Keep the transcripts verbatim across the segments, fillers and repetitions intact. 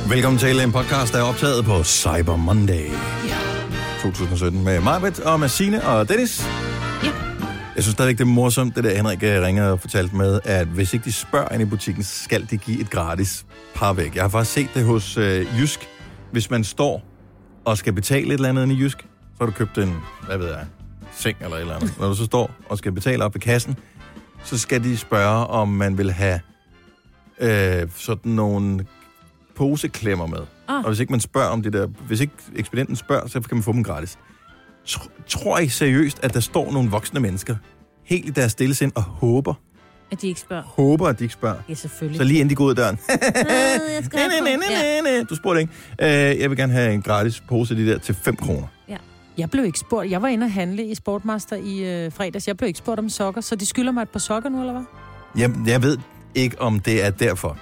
Velkommen til en podcast, der er optaget på Cyber Monday Ja. to tusind sytten med Marbet og med Signe og Dennis. Ja. Jeg synes stadigvæk, det er morsomt, det der Henrik ringede og fortalte med, at hvis ikke de spørger ind i butikken, så skal de give et gratis par væk. Jeg har faktisk set det hos øh, Jysk. Hvis man står og skal betale et eller andet ind i Jysk, så har du købt en, hvad ved jeg, seng eller et eller andet. Når du så står og skal betale op i kassen, så skal de spørge, om man vil have øh, sådan nogle poseklemmer med. Ah. Og hvis ikke man spørger om det der, hvis ikke ekspedienten spørger, så kan man få dem gratis. Tr- tror I seriøst, at der står nogle voksne mennesker helt i deres stille sind og håber, At de ikke spørger? håber, at de ikke spørger? Ja, selvfølgelig. Så lige inden de går ud af døren. jeg skal have næ, næ, næ, næ, næ. Du spurgte ikke. Uh, jeg vil gerne have en gratis pose af de der til fem kroner. Ja. Jeg blev ikke spurgt. Jeg var inde og handle i Sportmaster i øh, fredags. Jeg blev ikke spurgt om sokker, så de skylder mig et par sokker nu, eller hvad? Jeg, jeg ved ikke, om det er derfor.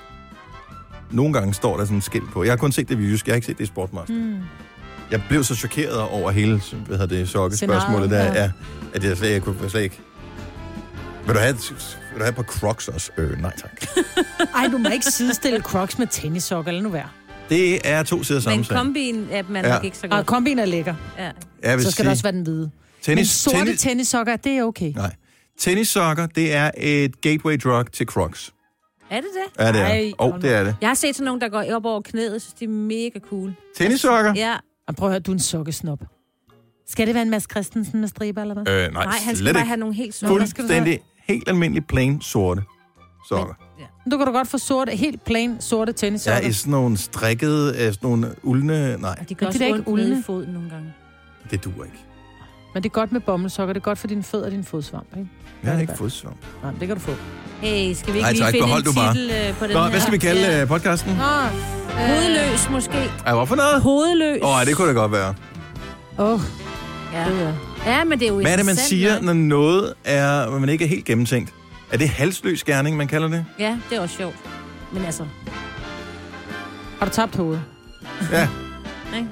Nogle gange står der sådan en skilt på. Jeg har kun set det ved Jysk. Jeg har ikke set det i Sportmaster. Mm. Jeg blev så chokeret over hele, hvad hedder det, sokkespørgsmålet der, Scenariet, ja. ja, at jeg slet, jeg kunne slet ikke... Vil du have, vil du have et par Crocs også? Øh, nej tak. Ej, du må ikke sidestille Crocs med tennissokker, eller nu være. Det er to sider samme Men sag. kombin er man Ja. nok ikke så godt. Og kombin er lækker. Ja. Jeg vil Så skal sige, der også være den hvide. tennis, Men sorte tennis, tennissokker, det er okay. nej. Tennissokker, det er et gateway drug til Crocs. Er det det? Ja, det er. Ej, Og hold det er det. Jeg har set sådan nogen, der går op over knæet. Jeg synes, de er mega cool. Tennissokker? Ja. Og prøv at høre, du er en sokkesnop. Skal det være en Mads Christensen med striber, eller hvad? Øh, nej, Nej, han skal slet bare ikke. have nogle helt sorte. skal du Fuldstændig helt almindelig plain sorte sokker. Du kan da godt få sorte, helt plain sorte Ja, tennissokker. i sådan nogle strikkede, øh, sådan nogle uldne... Nej, De Men gør det også er da ondt ikke nede uldne. i foden nogle gange. det duer ikke. Men det er godt med bommelsokker. Det er godt for dine fødder og din fodsvamp, ikke? Jeg har ikke fodsvamp. Nej, det kan du få. Hey, skal vi ikke Nej, lige tak. finde Behold en du bare. titel øh, på den Nå, her? hvad skal vi kalde Ja. øh, podcasten? Nå, Hovedløs måske. Ej, hvorfor noget? Hovedløs. Åh, oh, det kunne da godt være. Åh, oh, Ja. det er ja, men det er jo Hvad er det, man interessant siger, nok. når noget er, hvor man ikke er helt gennemtænkt? Er det halsløs gerning, man kalder det? Ja, det er også sjovt. Men altså, Har du tabt hovedet? Ja. ikke?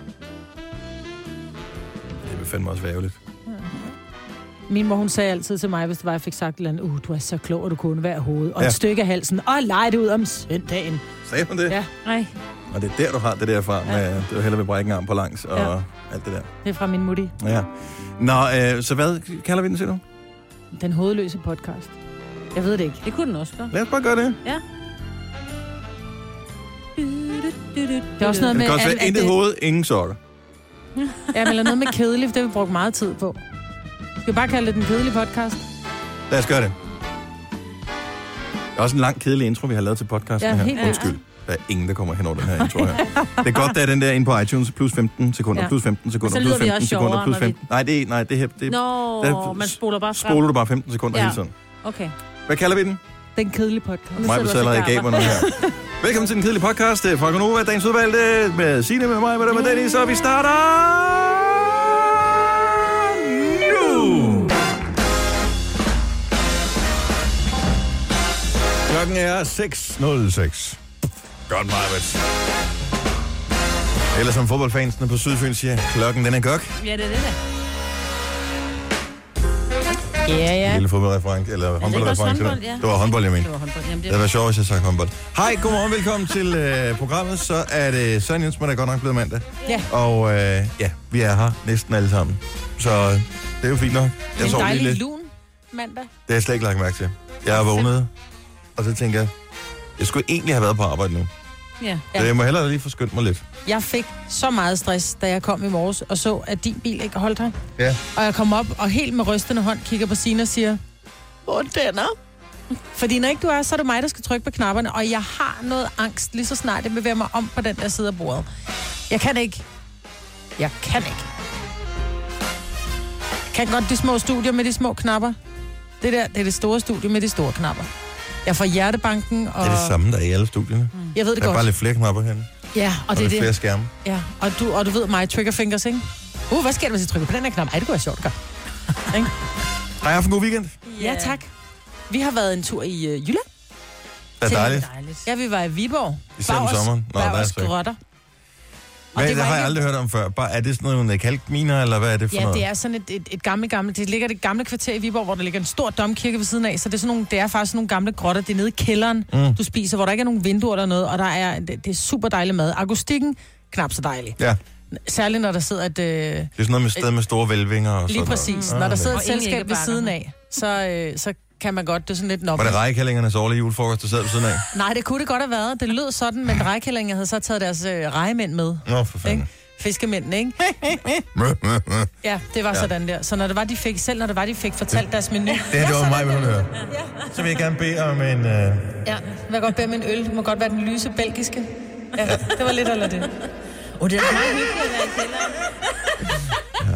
Det vil fandme også være ærgerligt. Min mor, hun sagde altid til mig, hvis det var, jeg fik sagt et eller andet, uh, du er så klog, at du kunne undvære hovedet. Og Ja. et stykke af halsen, og lege det ud om søndagen. Sagde hun det? Ja. Nej. Og det er der, du har det der fra, med, at du hellere vil brække en arm på langs og Ja. alt det der. Det er fra min mutti. Ja. Nå, øh, så hvad kalder vi den, siger du? Den hovedløse podcast. Jeg ved det ikke. Det kunne den også godt. Lad os bare gøre det. Ja. Det er også noget Det med... kan også at- være at intet det- hoved, ingen sokker. Ja, men eller noget med kedeligt, det har vi brugt meget tid på. Skal vi bare kalde det den kedelige podcast? Lad os gøre det. Det er også en lang, kedelig intro, vi har lavet til podcasten Ja, her. helt Undskyld. Der er ingen, der kommer hen over den her intro her. Det er godt, der er den der inde på iTunes, plus femten sekunder, Ja. plus femten sekunder, Så plus lyder vi femten også sekunder, sjovere, plus når vi- femten. Nej, det er, nej, det her, det Nå, der- man spoler bare frem. spoler du bare femten sekunder Ja. hele tiden. Okay. Hvad kalder vi den? Den kedelige podcast. Nu Mig sidder vil du allerede også gav og mig noget her. Velkommen til den kedelige podcast det er fra Gonova, dagens udvalgte med Signe, med mig, med dig, med Dennis, og vi starter nu! Klokken er seks nul seks. Godt, Marvitt. Eller som fodboldfansene på Sydfyn siger, klokken den er gok. Ja, det er det der. Ja, ja. Lille fodboldreference, eller ikke håndboldreference. også håndbold, ja? Det var håndbold, jeg mente. Det var håndbold. Jamen, det Det var sjovt, hvis jeg sagde håndbold. Hej, godmorgen, velkommen til øh, programmet. Så er det Søren Jensen, der er godt nok blevet mandag. Ja. Og øh, ja, vi er her næsten alle sammen. Så øh, det er jo fint nok. Jeg En sov lige dejlig lidt. lun mandag. Det har jeg slet ikke lagt mærke til. Jeg er vågnet, og så tænker jeg, jeg skulle egentlig have været på arbejde nu. Ja. Så jeg må hellere lige få skyndt mig lidt. Jeg fik så meget stress, da jeg kom i morges og så, at din bil ikke holdt her. Ja. Og jeg kom op og helt med rystende hånd kigger på Signe og siger, hvor den er? Fordi når ikke du er, så er det mig, der skal trykke på knapperne. Og jeg har noget angst, lige så snart jeg bevæger mig om på den der side af bordet. Jeg kan ikke. Jeg kan ikke. Jeg kan godt de små studier med de små knapper. Det der, det er det store studie med de store knapper. Jeg får hjertebanken, og... Det er det samme, der er i alle studierne. Jeg ved det Der er godt. bare lidt flere knapper herinde. Ja, og, Og det er lidt flere det. skærme. Ja, og du, og du ved mig, trigger fingers, ikke? Uh, hvad sker der, hvis jeg trykker på den her knap? Ej, det kunne være sjovt, gør. Ikke? Har jeg haft en god weekend? Ja, tak. Vi har været en tur i uh, Jylland. Det er dejligt. Dejligt. Ja, vi var i Viborg. Især om Bauers- sommeren. Nå, der er Bauers så ikke. grotter. Hvad, det, det det har ikke... jeg aldrig hørt om før. Bare, er det sådan nogle kalkminer, eller hvad er det for ja, noget? det er sådan et, et, et gammelt, gammelt... Det ligger det gamle kvarter i Viborg, hvor der ligger en stor domkirke ved siden af. Så det er, sådan nogle, det er faktisk nogle gamle grotter. Det er nede i kælderen, mm. du spiser, hvor der ikke er nogen vinduer eller noget. Og der er, det, det er super dejlig mad. Akustikken, knap så dejlig. Ja. Særligt når der sidder et... Øh, det er sådan noget med sted med store velvinger og lige sådan præcis. noget. Når der Ah, sidder et Og ingen selskab ved æggebakker. siden af, så, øh, så kan man godt... Det er sådan lidt nok. Var det rejekællingernes årlige julefrokost, der sad ved siden af? Nej, det kunne det godt have været. Det lød sådan, men rejekællinger havde så taget deres øh, rejemænd med. Nå, for fanden. Ikke? Fiskemændene, ikke? Ja, det var ja. sådan der. Så når det var, de fik, selv når det var, de fik fortalt deres menu. Det her, det var mig, vil hun høre. Så vil jeg gerne bede om en... Uh... Ja, jeg vil godt bede om en øl. Det må godt være den lyse belgiske. Ja, det var lidt eller det. Åh, oh, det er meget hyggeligt at være i kælderen.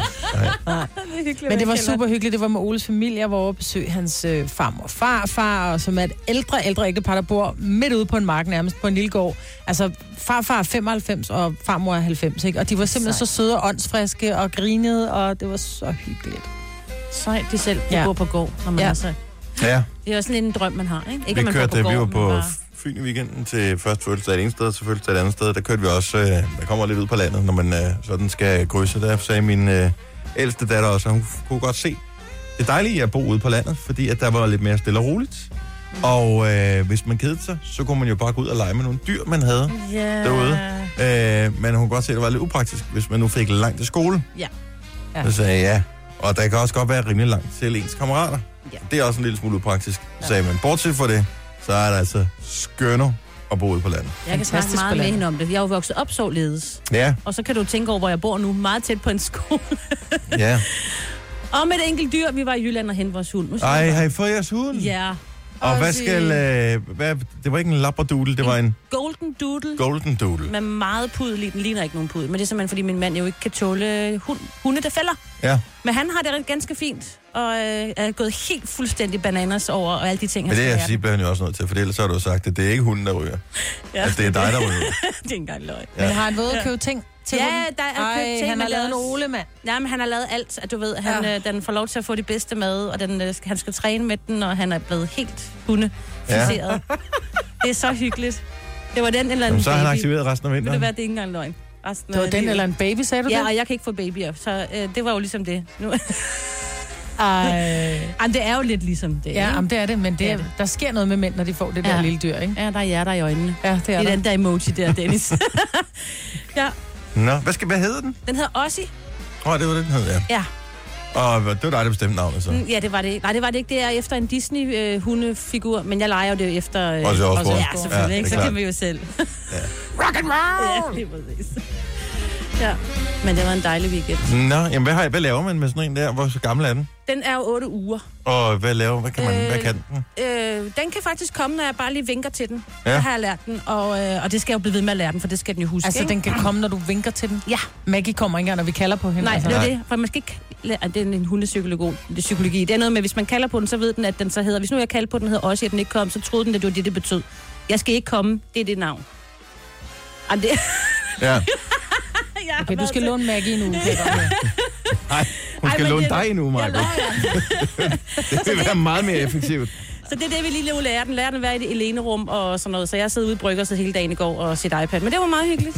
Nej. Men det var super hyggeligt. Det var med Oles familie. Jeg var over at besøge hans øh, farmor og farfar, og som er et ældre, ældre ægtepar, der bor midt ude på en mark, nærmest på en lille gård. Altså, farfar er femoghalvfems, og farmor er halvfems, ikke? Og de var simpelthen Sejt. så søde og åndsfriske og grinede, og det var så hyggeligt. Sejt, de selv de Ja. bor på gård, når man Ja. er så... Ja, Det er også lidt en drøm, man har, ikke? Ikke vi at man kørte, bor på vi var gård, på men bare... Fyn i weekenden til først fødselsdag et ene sted, og så fødselsdag et andet sted. Der kørte vi også, øh, der kommer lidt ud på landet, når man øh, sådan skal krydse. Der sagde min øh, ældste datter også, at hun kunne godt se det dejlige at bo ude på landet, fordi at der var lidt mere stille og roligt. Mm. Og øh, hvis man kedede sig, så kunne man jo bare gå ud og lege med nogle dyr, man havde Yeah. derude. Øh, men hun kunne godt se, at det var lidt upraktisk, hvis man nu fik langt til skole. Ja. Ja. Så sagde jeg ja. Og der kan også godt være rimelig langt til ens kammerater. Ja. Det er også en lille smule upraktisk. Så sagde man, bortset fra det, så er det altså skønner at bo ude på landet. Jeg kan snakke Fantastisk meget på med landet. hende om det. Jeg er jo vokset op således. Ja, Og så kan du tænke over, hvor jeg bor nu. Meget tæt på en skole. ja. Og med et enkelt dyr. Vi var i Jylland og hente vores hund. Nu skal Ej, jeg bare- har I fået jeres hund? Ja. Og hvad Også i- skal... Øh, hvad, det var ikke en labradoodle, det var en Golden Doodle. golden doodle. Med meget pudel i. Den ligner ikke nogen pudel. Men det er simpelthen, fordi min mand jo ikke kan tåle hund, hunde, der fælder. Ja, Men han har det ganske fint. Og øh, er gået helt fuldstændig bananas over og alle de ting, men han det skal jeg lære siger, bliver han jo også nødt til, for ellers har du jo sagt, at det er ikke hunden, der ryger. Ja. At det er dig, der ryger. det er ikke engang løgn. Ja. Men har han været at købe ting til Ja, hunden? der er købt Ej, ting, han men har lavet en det er også- Ole, mand. Nej, men han har lavet alt, at du ved, han, Ja. øh, den får lov til at få det bedste mad, og den, øh, han skal træne med den, og han er blevet helt hundeficeret. Ja. Det er så hyggeligt. Det var den eller anden Jamen, så har han baby. aktiveret resten af Ved du vinteren. hvad, det er ikke engang løgn. Resten Det var af den livet. eller en baby, sagde du Ja, det? og jeg kan ikke få babyer, så øh, det var jo ligesom det. Nu. Ej. Jamen, det er jo lidt ligesom det. Ja, ikke? jamen, det er det, men det, Det er er, det. der sker noget med mænd, når de får det der Ja. lille dyr, ikke? Ja, der er hjerter i øjnene. Ja, det er Det er der. den der emoji der, Dennis. ja, Nå, hvad, skal, hvad hedder den? den hedder Ossie. Åh, oh, det var det, den hed, ja. Ja. Og det var dig, der bestemte navnet, så. Mm, ja, det var det ikke. Nej, det var det ikke. Det er efter en Disney-hundefigur, men jeg leger jo det efter... Øh, Ozzy Osbourne. Ja, selvfølgelig. Ja, Ikke? det er Så klart. kan vi jo selv. Ja. Rock and roll! Ja, lige præcis. Ja, men det var en dejlig weekend. Nå, jamen, hvad, har, hvad laver man med sådan en der? Hvor gammel er den? Den er jo otte uger. Og hvad laver, hvad kan man, Øh, hvad kan den? Øh, den kan faktisk komme, når jeg bare lige vinker til den. Ja. Ja. Så har jeg lært den, og, øh, og det skal jeg jo blive ved med at lære den, for det skal den jo huske. Altså, ikke? den kan komme, når du vinker til den. Ja. Maggie kommer ikke engang, når vi kalder på hende. Nej, altså. det er Nej. det. For man skal ikke lære, det er en hundepsykologi. Det er psykologi. Det er noget med, hvis man kalder på den, så ved den, at den så hedder... Hvis nu jeg kalder på den, hedder også, at den ikke kom, så troede den, at det var det, det betød. Jeg skal ikke komme. Det er det navn. Jamen, det... Ja. Okay, du skal låne Maggie en uge. kan jeg godt høre. Nej, hun Ej, skal men låne det- dig nu, Maja. Jeg lover jer. Det vil være meget mere effektivt. Så det er det, vi lige nu lærer den. Lærer den at være i det Elene-rum og sådan noget. Så jeg sidder ude i bryggerset hele dagen i går og set iPad. Men det var meget hyggeligt.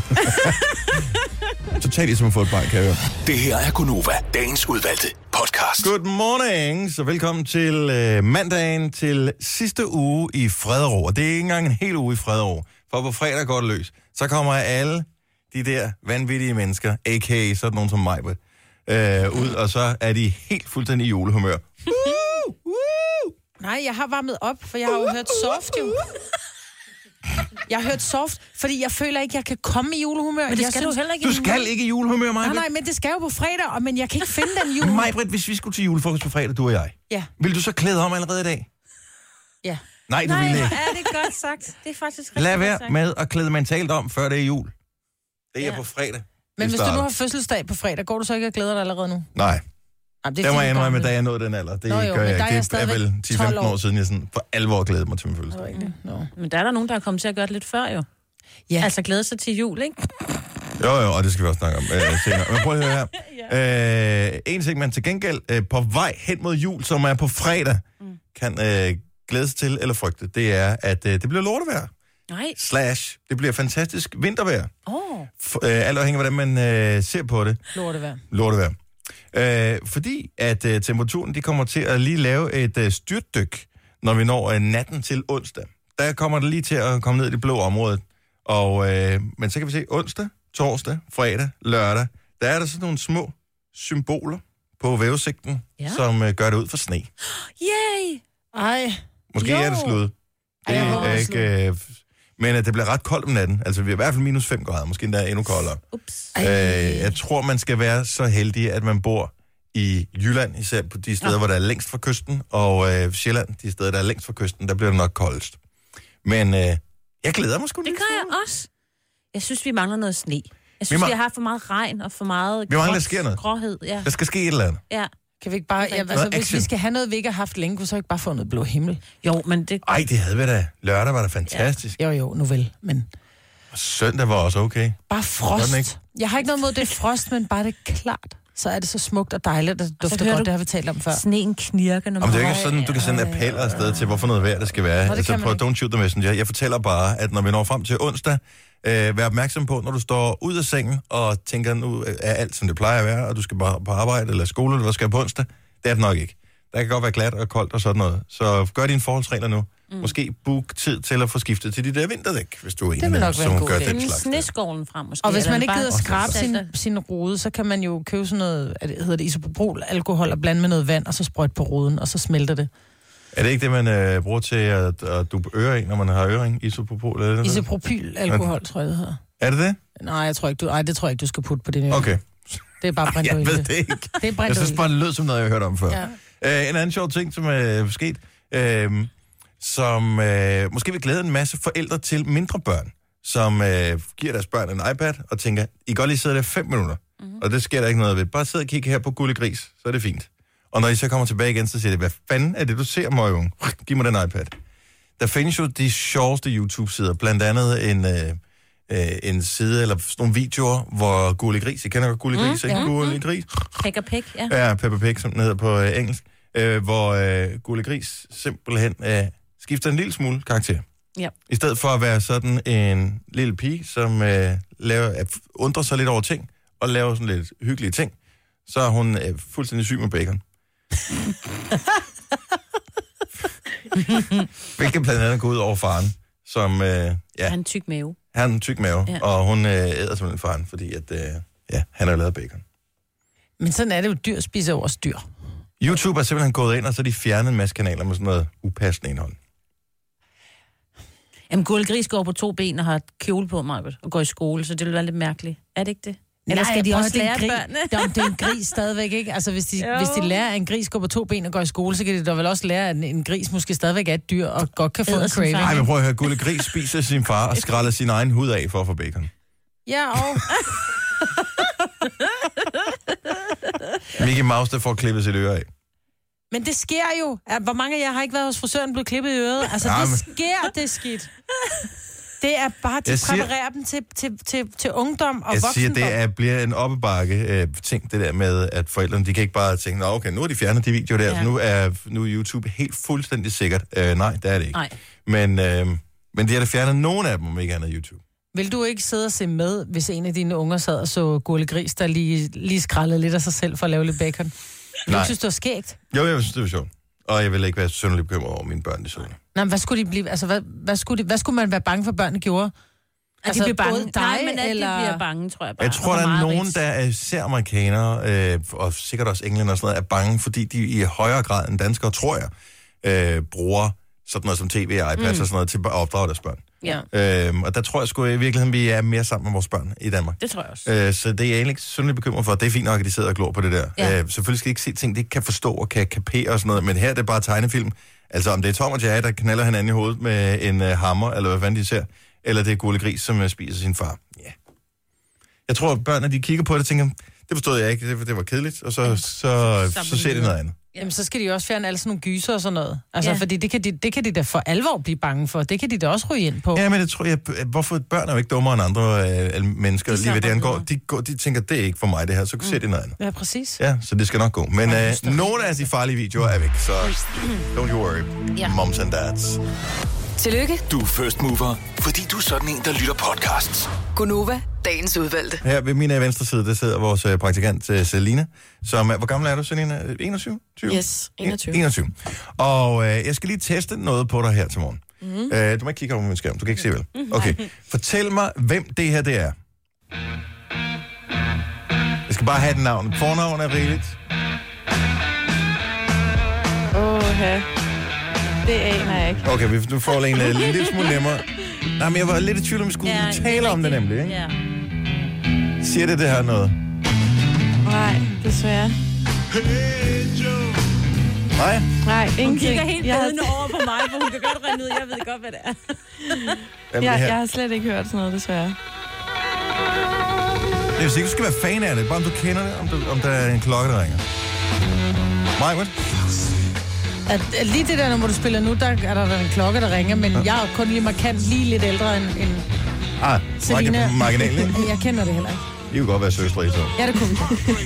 Totalt ligesom at få et barn, kan jeg høre. Det her er Gunova, dagens udvalgte podcast. Good morning, så velkommen til øh, mandagen til sidste uge i fred og ro. Og det er ikke engang en hel uge i fred og ro, for på fredag går det løs. Så kommer alle de der vanvittige mennesker, a k a sådan nogen som mig, øh, ud, og så er de helt fuldstændig i julehumør. Woo! Woo! Nej, jeg har varmet op, for jeg har jo hørt soft jo. Jeg har hørt soft, fordi jeg føler ikke, jeg kan komme i julehumør. Men det jeg skal du heller ikke. Du skal ikke i julehumør, Nej, Maja. nej, men det skal jo på fredag, og, men jeg kan ikke finde den jule. Majbrit, hvis vi skulle til julefrokost på fredag, du og jeg, Ja, vil du så klæde om allerede i dag? ja. Nej, du Nej, vil hvor ikke. er det godt sagt. Det er faktisk rigtig Lad godt være sagt. med at klæde mentalt om, før det er jul. Det er Ja. på fredag. Men Det hvis du nu starter. har fødselsdag på fredag, går du så ikke og glæder dig allerede nu? Nej, Jamen, det må jeg indrømme, gammel. da jeg nåede den alder. Det Nå jo, gør men jeg der ikke. er jeg Det er stadigvæk vel ti femten tolv år år siden, jeg sådan for alvor glædede mig til min fødselsdag. Nå. Men der er der nogen, der er kommet til at gøre det lidt før, jo. Ja. Altså glæde sig til jul, ikke? Jo, jo, og det skal vi også snakke om øh, senere. Men prøv at høre her. Øh, en ting, man til gengæld øh, på vej hen mod jul, som er på fredag, mm. kan øh, glæde sig til eller frygte, det er, at øh, det bliver lortevejr. Nej. Slash, det bliver fantastisk vintervejr. Åh. F- øh, alt afhængig af, hvordan man øh, ser på det. Lortevejr. Lortevejr. Øh, fordi at øh, temperaturen, de kommer til at lige lave et øh, styrtdyk, når vi når øh, natten til onsdag. Der kommer det lige til at komme ned i det blå område. Og, øh, men så kan vi se onsdag, torsdag, fredag, lørdag. Der er der sådan nogle små symboler på vævesigten, ja. som øh, gør det ud for sne. Yay! Ej. Måske jo. er det slået. Det Ej, er ikke... Øh, men at det bliver ret koldt om natten. Altså, vi er i hvert fald minus fem grader. Måske endda endnu koldere. Ups. Øh, jeg tror, man skal være så heldig, at man bor i Jylland, især på de steder, ja. hvor der er længst fra kysten, og øh, Sjælland, de steder, der er længst fra kysten, der bliver det nok koldest. Men øh, jeg glæder mig sgu det gør jeg også. Jeg synes, vi mangler noget sne. Jeg synes, vi, vi, ma- vi har for meget regn og for meget vi mangler, der sker noget. gråhed. Ja. Der skal ske et eller andet. Ja. Kan vi ikke bare... Ja, altså, hvis action. vi skal have noget, vi ikke har haft længe, kunne så ikke bare få noget blå himmel? Jo, men det... Ej, det havde vi da. Lørdag var da fantastisk. Jo, jo, nu vel, men... Og søndag var også okay. Bare frost. Jeg har ikke noget mod det frost, men bare det er klart. Så er det så smukt og dejligt, og det dufter godt, du... det har vi talt om før. Sneen knirker, når man... Jamen, det er jo ikke sådan, du kan sende appeller afsted til, hvorfor noget vejr det skal være. Nå, det altså på ikke. Don't Shoot the Messenger. Jeg fortæller bare, at når vi når frem til onsdag, øh, vær opmærksom på, når du står ud af sengen og tænker, nu er alt, som det plejer at være, og du skal bare på arbejde eller skole, eller hvad skal jeg på onsdag. Det er det nok ikke. Der kan godt være glat og koldt og sådan noget. Så gør dine forholdsregler nu. Mm. Måske book tid til at få skiftet til de der vinterdæk, hvis du er en af dem, som gør den slags. Sneskovlen frem måske. Og hvis man ikke gider bare... skrabe sin, sin rude, så kan man jo købe sådan noget, det hedder det isopropyl alkohol og blande med noget vand, og så sprøjte på ruden, og så smelter det. Er det ikke det, man øh, bruger til at, at dupe ører i, når man har øring? Isopropyl? Eller Isopropyl alkohol, tror jeg, det hedder. Er det det? Nej, jeg tror ikke, du, ej, det tror jeg ikke, du skal putte på dine ører. Okay. Det er bare brændt Jeg olie. ved det ikke. Det er brændt Jeg synes olie. bare, det lød som noget, jeg har hørt om før. Ja. Uh, en anden sjov ting, som er sket, uh, som uh, måske vil glæde en masse forældre til mindre børn, som uh, giver deres børn en iPad og tænker, I kan godt lige sidde der fem minutter, mm-hmm. og det sker der ikke noget ved. Bare sidde og kigge her på Gulli Gris, så er det fint. Og når I så kommer tilbage igen, så siger det, hvad fanden er det, du ser, møgunge? Giv mig den iPad. Der findes jo de sjoveste YouTube-sider, blandt andet en... Uh, Øh, en side eller sådan nogle videoer, hvor Gulli Gris, I kender godt Gulli Gris, mm, ikke? Ja. Gulli Gris. Pek og Pek, ja. Ja, Peppa Pig, som den hedder på øh, engelsk. Øh, hvor øh, Gulli Gris simpelthen øh, skifter en lille smule karakter. Ja. I stedet for at være sådan en lille pige, som øh, laver, øh, undrer sig lidt over ting, og laver sådan lidt hyggelige ting, så er hun øh, fuldstændig syg med bacon. Hvilket blandt andet går ud over faren, som... Øh, ja, han er en tyk mave. Han er en tyk mave, ja. Og hun øh, æder simpelthen faren, fordi at, øh, ja, han har lavet bacon. Men sådan er det jo, dyr spiser over dyr. YouTube er simpelthen gået ind, og så har de fjernet en masse kanaler med sådan noget upassende indhold. Jamen, Gulli Gris går på to ben og har kjole på, Margaret, og går i skole, så det vil være lidt mærkeligt. Er det ikke det? Eller skal Nej, de også lære gri- børnene? Det er en gris stadigvæk, ikke? Altså, hvis de, hvis de lærer, at en gris går på to ben og går i skole, så kan de da vel også lære, at en, en gris måske stadigvæk er et dyr, og godt kan få Æder en sin craving. far. Nej, men prøv at høre, Gulli Gris spiser sin far og skræller sin egen hud af for at få bacon. Ja, og... Mickey Mouse, der får klippet sit øre af. Men det sker jo. Hvor mange af jer har ikke været hos frisøren blevet klippet i øret? Altså, Ja, det men- sker, det er skidt. Det er bare, de Jeg siger- præparerer dem til, til, til, til ungdom og Jeg voksendom. siger, det er, bliver en oppebakke øh, ting, det der med, at forældrene, de kan ikke bare tænke, nå okay, nu har de fjernet de videoer der, ja. Ja. Så nu er, nu er YouTube helt fuldstændig sikkert. Øh, nej, det er det ikke. Nej. Men, øh, men de har da fjernet nogle af dem, om ikke andet YouTube. Vil du ikke sidde og se med, hvis en af dine unger sad og så Gulli Gris, der lige, lige skrællede lidt af sig selv for at lave lidt bacon? Vil du Nej. ikke synes, det var skægt? Jo, jeg synes, det var sjovt. Og jeg vil ikke være synderligt bekymret over mine børn, de så. Nej, men hvad skulle de blive? Altså, hvad, hvad, skulle de, hvad skulle man være bange for, børnene gjorde? At Altså, de bliver bange. både dig, Nej, men at eller- de bliver bange, tror jeg bare. Jeg tror, Og der er meget nogen, rigt. der er især amerikanere, øh, og sikkert også englænder og sådan noget, er bange, fordi de i højere grad end danskere, tror jeg, øh, bruger sådan noget som tv og iPads mm. og sådan noget til at opdrage deres børn. Ja, Øhm, og der tror jeg sgu i virkeligheden, vi er mere sammen med vores børn i Danmark. det tror jeg også. Øh, så det er jeg egentlig ikke synderligt bekymret for. Det er fint nok, at de sidder og glor på det der. Ja. Øh, selvfølgelig skal de ikke se ting, de ikke kan forstå og kan kapere og sådan noget, men her er det bare tegnefilm. Altså om det er Tom og Jerry, der knaller hinanden i hovedet med en uh, hammer, eller hvad fanden de ser, eller det er Gulli Gris, som uh, spiser sin far. Ja. Yeah. Jeg tror, at børnene, de kigger på det og tænker, det forstod jeg ikke, det, det var kedeligt, og så, ja. så, så, så ser de noget andet. Jamen, så skal de jo også fjerne alle sådan nogle gyser og sådan noget. Altså, Ja. fordi det kan, de, det kan de da for alvor blive bange for. Det kan de da også ryge ind på. Ja, men det tror jeg, hvorfor børn er jo ikke dummere end andre øh, mennesker, De lige ved det samler angår. videre. De, går, de tænker, det er ikke for mig det her, så mm. ser de noget andet. Ja, præcis. Ja, så det skal nok gå. Men øh, nogle af de farlige videoer er væk, så don't you worry, Ja. moms and dads. Tillykke, Du er first mover, fordi du er sådan en, der lytter podcasts. Gunova, dagens udvalgte. Her ved min venstre side, der sidder vores øh, praktikant øh, Selina, som er, hvor gammel er du, Selina? enogtyve? tyve? Yes, enogtyve. enogtyve. Og øh, jeg skal lige teste noget på dig her til morgen. Mm-hmm. Øh, du må ikke kigge over på min skærm, du kan ikke se vel. Okay, fortæl mig, hvem det her det er. Jeg skal bare have et navn. Fornavn er rigeligt. Åh, ja. Det aner jeg ikke. Okay, vi får en uh, lidt smule nemmere. Nej, men jeg var lidt i tvivl om, vi skulle ja, tale om det nemlig, ikke? Ja. Siger det det her noget? Nej, desværre. Nej? Nej, ingenting. Hun kigger helt jeg bedende over på mig, for hun kan godt rende ud. Jeg ved godt, hvad det er. Jamen, jeg, det her... jeg har slet ikke hørt sådan noget, desværre. Det er sikkert, du skal være fan af det. Bare om du kender det, om, du, om der er en klokke, der ringer. Maja, At, at lige det der, når du spiller nu, der er der en klokke, der ringer, men ja. Jeg er kun lige markant lige lidt ældre end, end ah, Selina. Marginal, ikke? Jeg kender det heller ikke. I kunne godt være søstre i så. Ja, det kunne vi.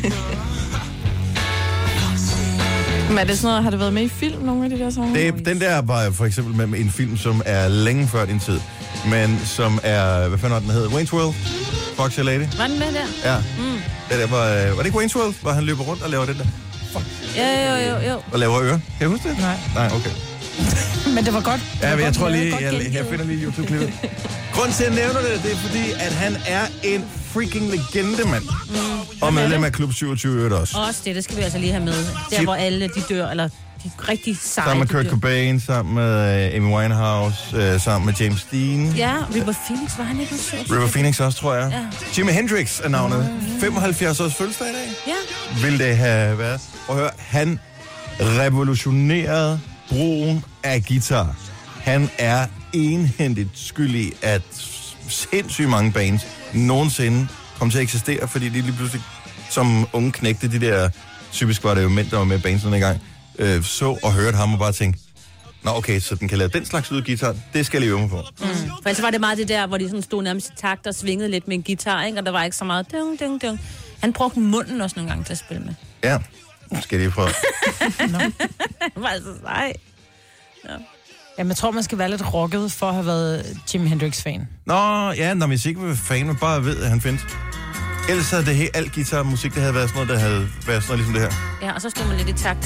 Men er det sådan noget, har det været med i film, nogle af de der sange? Det, den der var for eksempel med en film, som er længe før din tid, men som er, hvad fanden var den hedder? Wayne's World? Foxy Lady? Var den med der? Ja. Mm. Det der var, var det ikke Wayne's World, hvor han løber rundt og laver den der? Ja, jo, jo, jo. Og laver ører. Kan du huske det? Nej. Nej, okay. Men det var godt. Det Ja, var men jeg godt, tror lige, godt jeg, gengivet. jeg finder lige YouTube-klippet. Grunden til, at jeg nævner det, det er fordi, at han er en freaking legende, mand. Mm. Og medlem af Klub syvogtyve øvrigt også. Også det, det skal vi altså lige have med. Der, hvor alle de dør, eller de rigtig seje. Sammen med de Kurt dør. Cobain, sammen med uh, Amy Winehouse, uh, sammen med James Dean. Ja, River Phoenix, var han ikke også? River Phoenix også, tror jeg. Ja. Jimi Hendrix er navnet. femoghalvfjerds års fødselsdag i dag. Ja. Vil det have været. Og hør, han revolutionerede brugen af guitar. Han er enhændigt skyld i, at sindssygt mange bands nogensinde kom til at eksistere, fordi de lige pludselig som unge knægte, de der, typisk var det jo mænd, der var med i bandsene en gang, øh, så og hørte ham og bare tænkte, nå okay, så den kan lave den slags lyd guitar, det skal jeg lige øve mig på. Mm. For ellers var det meget det der, hvor de sådan stod nærmest i takt og svingede lidt med en guitar, ikke? Og der var ikke så meget dung, dung, dung. Han brugte munden også nogle gange til at spille med. Ja, skal jeg lige prøve. no. Det var altså sej. Ja. Jamen, jeg tror, man skal være lidt rocket for at have været Jimi Hendrix-fan. Nå, ja, når vi ikke vil fan, man bare ved, at han findes. Ellers havde det helt alt guitarmusik, det havde været sådan noget, der havde været sådan noget ligesom det her. Ja, og så stod man lidt i takt.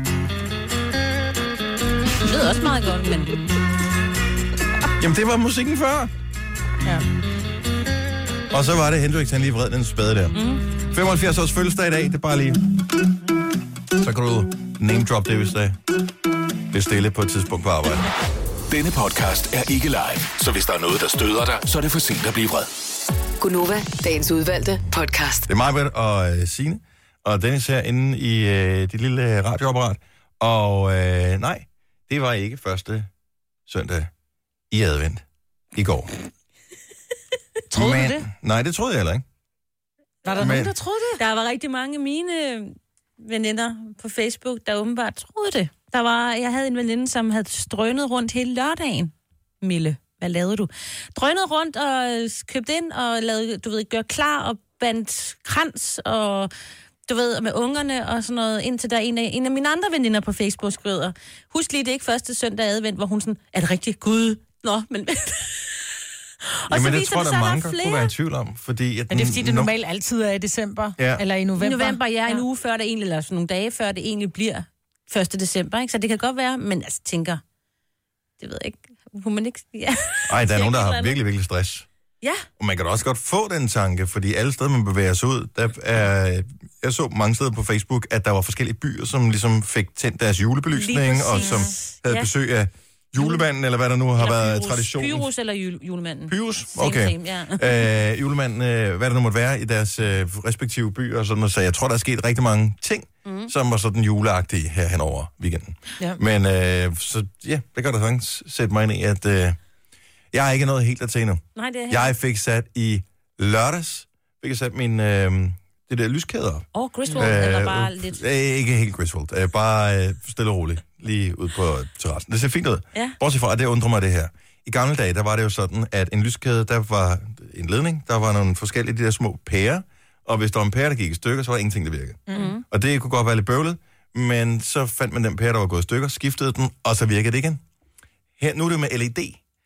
Det lyder også meget godt, men... Jamen, det var musikken før. Ja. Og så var det Hendrix, han lige vred den spade der. Mm. femoghalvfjerds års fødselsdag i dag, det er bare lige... Så kan du name drop det, hvis det er stille på et tidspunkt på arbejde. Denne podcast er ikke live, så hvis der er noget, der støder dig, så er det for sent at blive vred. Gunova, dagens udvalgte podcast. Det er mig, Britt, og uh, Signe, og Dennis her inde i uh, dit lille radioapparat. Og uh, nej, det var ikke første søndag i advent i går. Troede Men, du det? Nej, det troede jeg heller ikke. Var der Men- nogen, der troede det? Der var rigtig mange af mine veninder på Facebook, der åbenbart troede det. Der var, jeg havde en veninde, som havde strønet rundt hele lørdagen. Mille, hvad lavede du? Drønede rundt og købte ind og lavede, du ved, gør klar og bandt krans og du ved, med ungerne og sådan noget, indtil der en af, en af mine andre veninder på Facebook skriver, husk lige, det er ikke første søndag advent, hvor hun sådan, er det rigtigt? Gud, nå, men... Og Jamen, så det viser tror jeg, det der sig, mange der er godt flere. kunne være i tvivl om, fordi... At Men det er fordi, det no- normalt altid er i december, Ja. eller i I november. november, ja, en Ja. uge før det egentlig, eller sådan nogle dage før det egentlig bliver første december, ikke? Så det kan godt være, men altså tænker, det ved jeg ikke, kunne man ikke... Ja. Ej, der er nogen, der et eller har andet. virkelig, virkelig stress. Ja. Og man kan da også godt få den tanke, fordi alle steder, man bevæger sig ud, der er, jeg så mange steder på Facebook, at der var forskellige byer, som ligesom fik tændt deres julebelysning, Lige og præcis. som havde Ja. besøg af julemanden, eller hvad der nu har Eller været Pyrus. traditionen. Pyrus eller jule, julemanden. Pyrus? Same, Okay. same, ja. øh, julemanden, øh, hvad der nu måtte være i deres øh, respektive byer, og sådan noget. Så jeg tror, der er sket rigtig mange ting, mm. som var sådan juleagtige her hen over weekenden. Ja. Men øh, så ja, det kan da sagtens sætte mig ind i, at øh, jeg har ikke noget helt at til endnu. Nej, det er Jeg fik sat i lørdags, fik jeg sat min, øh, det der lyskæder op. Åh, oh, Griswold, øh, eller bare lidt... Øh, ikke helt Griswold, øh, bare øh, stille og roligt, lige ud på terrassen. Det ser fint ud. Ja. Bortset fra, at det undrer mig det her. I gamle dage, der var det jo sådan, at en lyskæde, der var en ledning, der var nogle forskellige de der små pærer, og hvis der var en pære, der gik i stykker, så var der ingenting, der virkede. Mm-hmm. Og det kunne godt være lidt bøvlet, men så fandt man den pære, der var gået i stykker, skiftede den, og så virkede det igen. Her, nu er det med L E D.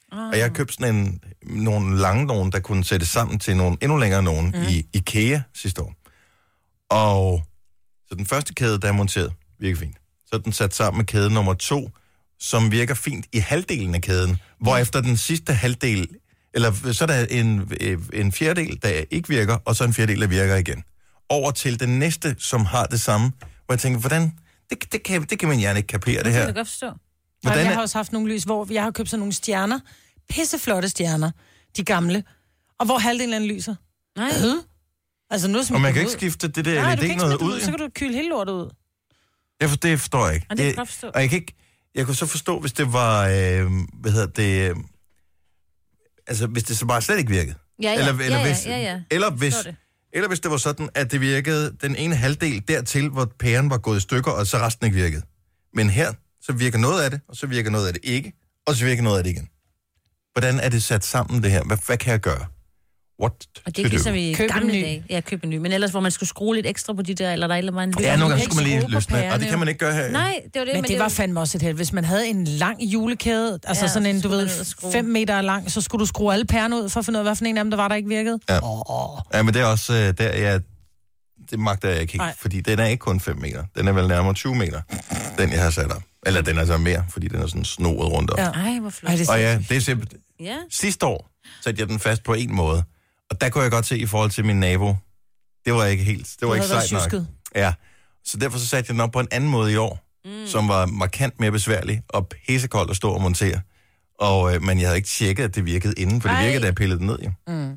Oh. Og jeg har købt sådan en, nogle lange nogen, der kunne sættes sammen til nogle endnu længere nogen mm. i IKEA sidste år. Og så den første kæde, der er monteret, virker fint. Så er den sat sammen med kæde nummer to, som virker fint i halvdelen af kæden, hvor efter den sidste halvdel, eller så er der en, en fjerdedel, der ikke virker, og så en fjerdedel, der virker igen. Over til den næste, som har det samme, hvor jeg tænker, hvordan, det, det, kan, det kan man gerne ikke kapere, det her. Det kan jeg godt forstå. Hvordan jeg har også haft nogle lys, hvor jeg har købt sådan nogle stjerner, pisseflotte stjerner, de gamle, og hvor halvdelen af den lyser. Nej. Øh? Altså noget, som og man kan ikke skifte det der Nej, L E D noget ud. Så kan du kyle hele lortet ud. Jeg for, det forstår jeg ikke. Og det kan jeg forstå. Og jeg kan ikke, jeg kunne så forstå, hvis det var, øh, hvad hedder det, øh, altså hvis det så bare slet ikke virkede. Ja, ja, eller, eller ja, ja, hvis, ja, ja. Eller hvis, det. eller hvis det var sådan, at det virkede den ene halvdel dertil, hvor pæren var gået i stykker, og så resten ikke virkede. Men her, så virker noget af det, og så virker noget af det ikke, og så virker noget af det igen. Hvordan er det sat sammen, det her? Hvad, hvad kan jeg gøre? What og det er ligesom i køb gamle ny. dage. Ja, køb en ny. Men ellers, hvor man skulle skrue lidt ekstra på de der, eller der eller var en Ja, nogle gange ikke skulle man lige skrue på løsne, og det pærerne, kan man ikke gøre her. Nej, det var det. Men, men det, det var fandme også et held. Hvis man havde en lang julekæde, altså Ja, sådan en, så du skulle ved, man ned og skrue. fem meter lang, så skulle du skrue alle pærerne ud, for at finde ud af, hvad for en af dem, der var, der ikke virkede. Ja. Oh, oh. Ja, men det er også, øh, der jeg, det magter jeg ikke helt, Nej. fordi den er ikke kun fem meter. Den er vel nærmere tyve meter, den jeg har sat op. Eller den er så mere, fordi den er sådan snoet rundt om. Ja. Ej, hvor flot. Ej, det er Og ja, det er simpelthen... Ja. Sidste år satte jeg den fast på en måde, og der kunne jeg godt se i forhold til min nabo, det var ikke helt, det var Du ikke havde været sejt nok. sjusket. Ja, så derfor så satte jeg den op på en anden måde i år, mm. som var markant mere besværlig og pissekoldt at stå og montere. Og, øh, men jeg havde ikke tjekket, at det virkede inden, for det Ej. virkede, da jeg pillede den ned. Jo. Mm.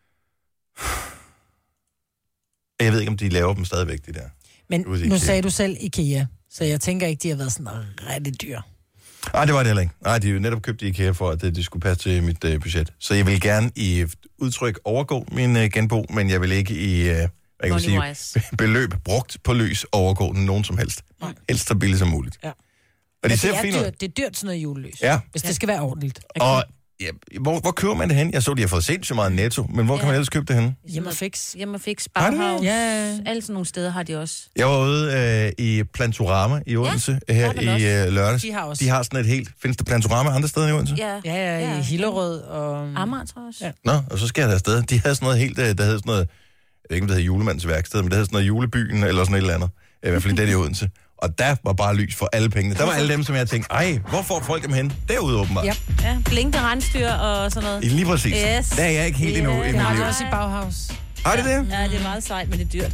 Jeg ved ikke, om de laver dem stadigvæk, de der. Men Ude i nu IKEA. sagde du selv IKEA, så jeg tænker ikke, de har været sådan rigtig dyr. Nej, det var det heller ikke. Nej, de har jo netop købt IKEA for, at det, det skulle passe til mit øh, budget. Så jeg vil gerne i udtryk overgå min øh, genbo, men jeg vil ikke i øh, hvad kan man sige, Money-wise. beløb brugt på lys overgå den nogen som helst. Nej. Helst så billigt som muligt. Ja. Og Men de det, ser er fint ud. dyrt, det er dyrt sådan noget julelys, Ja. hvis det skal være ordentligt. Og ja, hvor, hvor køber man det hen? Jeg så, de har fået set så meget Netto, men hvor ja. kan man ellers købe det hen? Hjemme og fix. Hjemme og fix, Har de det? Bauhaus. Ja. Alle sådan nogle steder har de også. Jeg var ude øh, i Plantorama i Odense ja, her der er vel i øh, lørdags. De har også. De har sådan et helt... Findes der Plantorama andre steder i Odense? Ja, Ja, ja, i Hillerød og... Amager, tror jeg også. Ja. Nå, og så skal jeg der afsted. De havde sådan noget helt... øh, Der hed sådan noget... Jeg ved ikke, om det hed Julemandens værksted, men det hed sådan noget Julebyen eller sådan et eller andet. I hvert fald det i Odense. Og der var bare lys for alle pengene. Der var alle dem, som jeg tænkte, ej, hvor får folk dem hen? Derude åbenbart. Ja. Ja, blinkende rensdyr og sådan noget. Lige præcis. Yes. Der er jeg ikke helt endnu Ja, i det mit har liv. de også i Bauhaus. Har det det? Ja, det er meget sejt, men det er dyrt.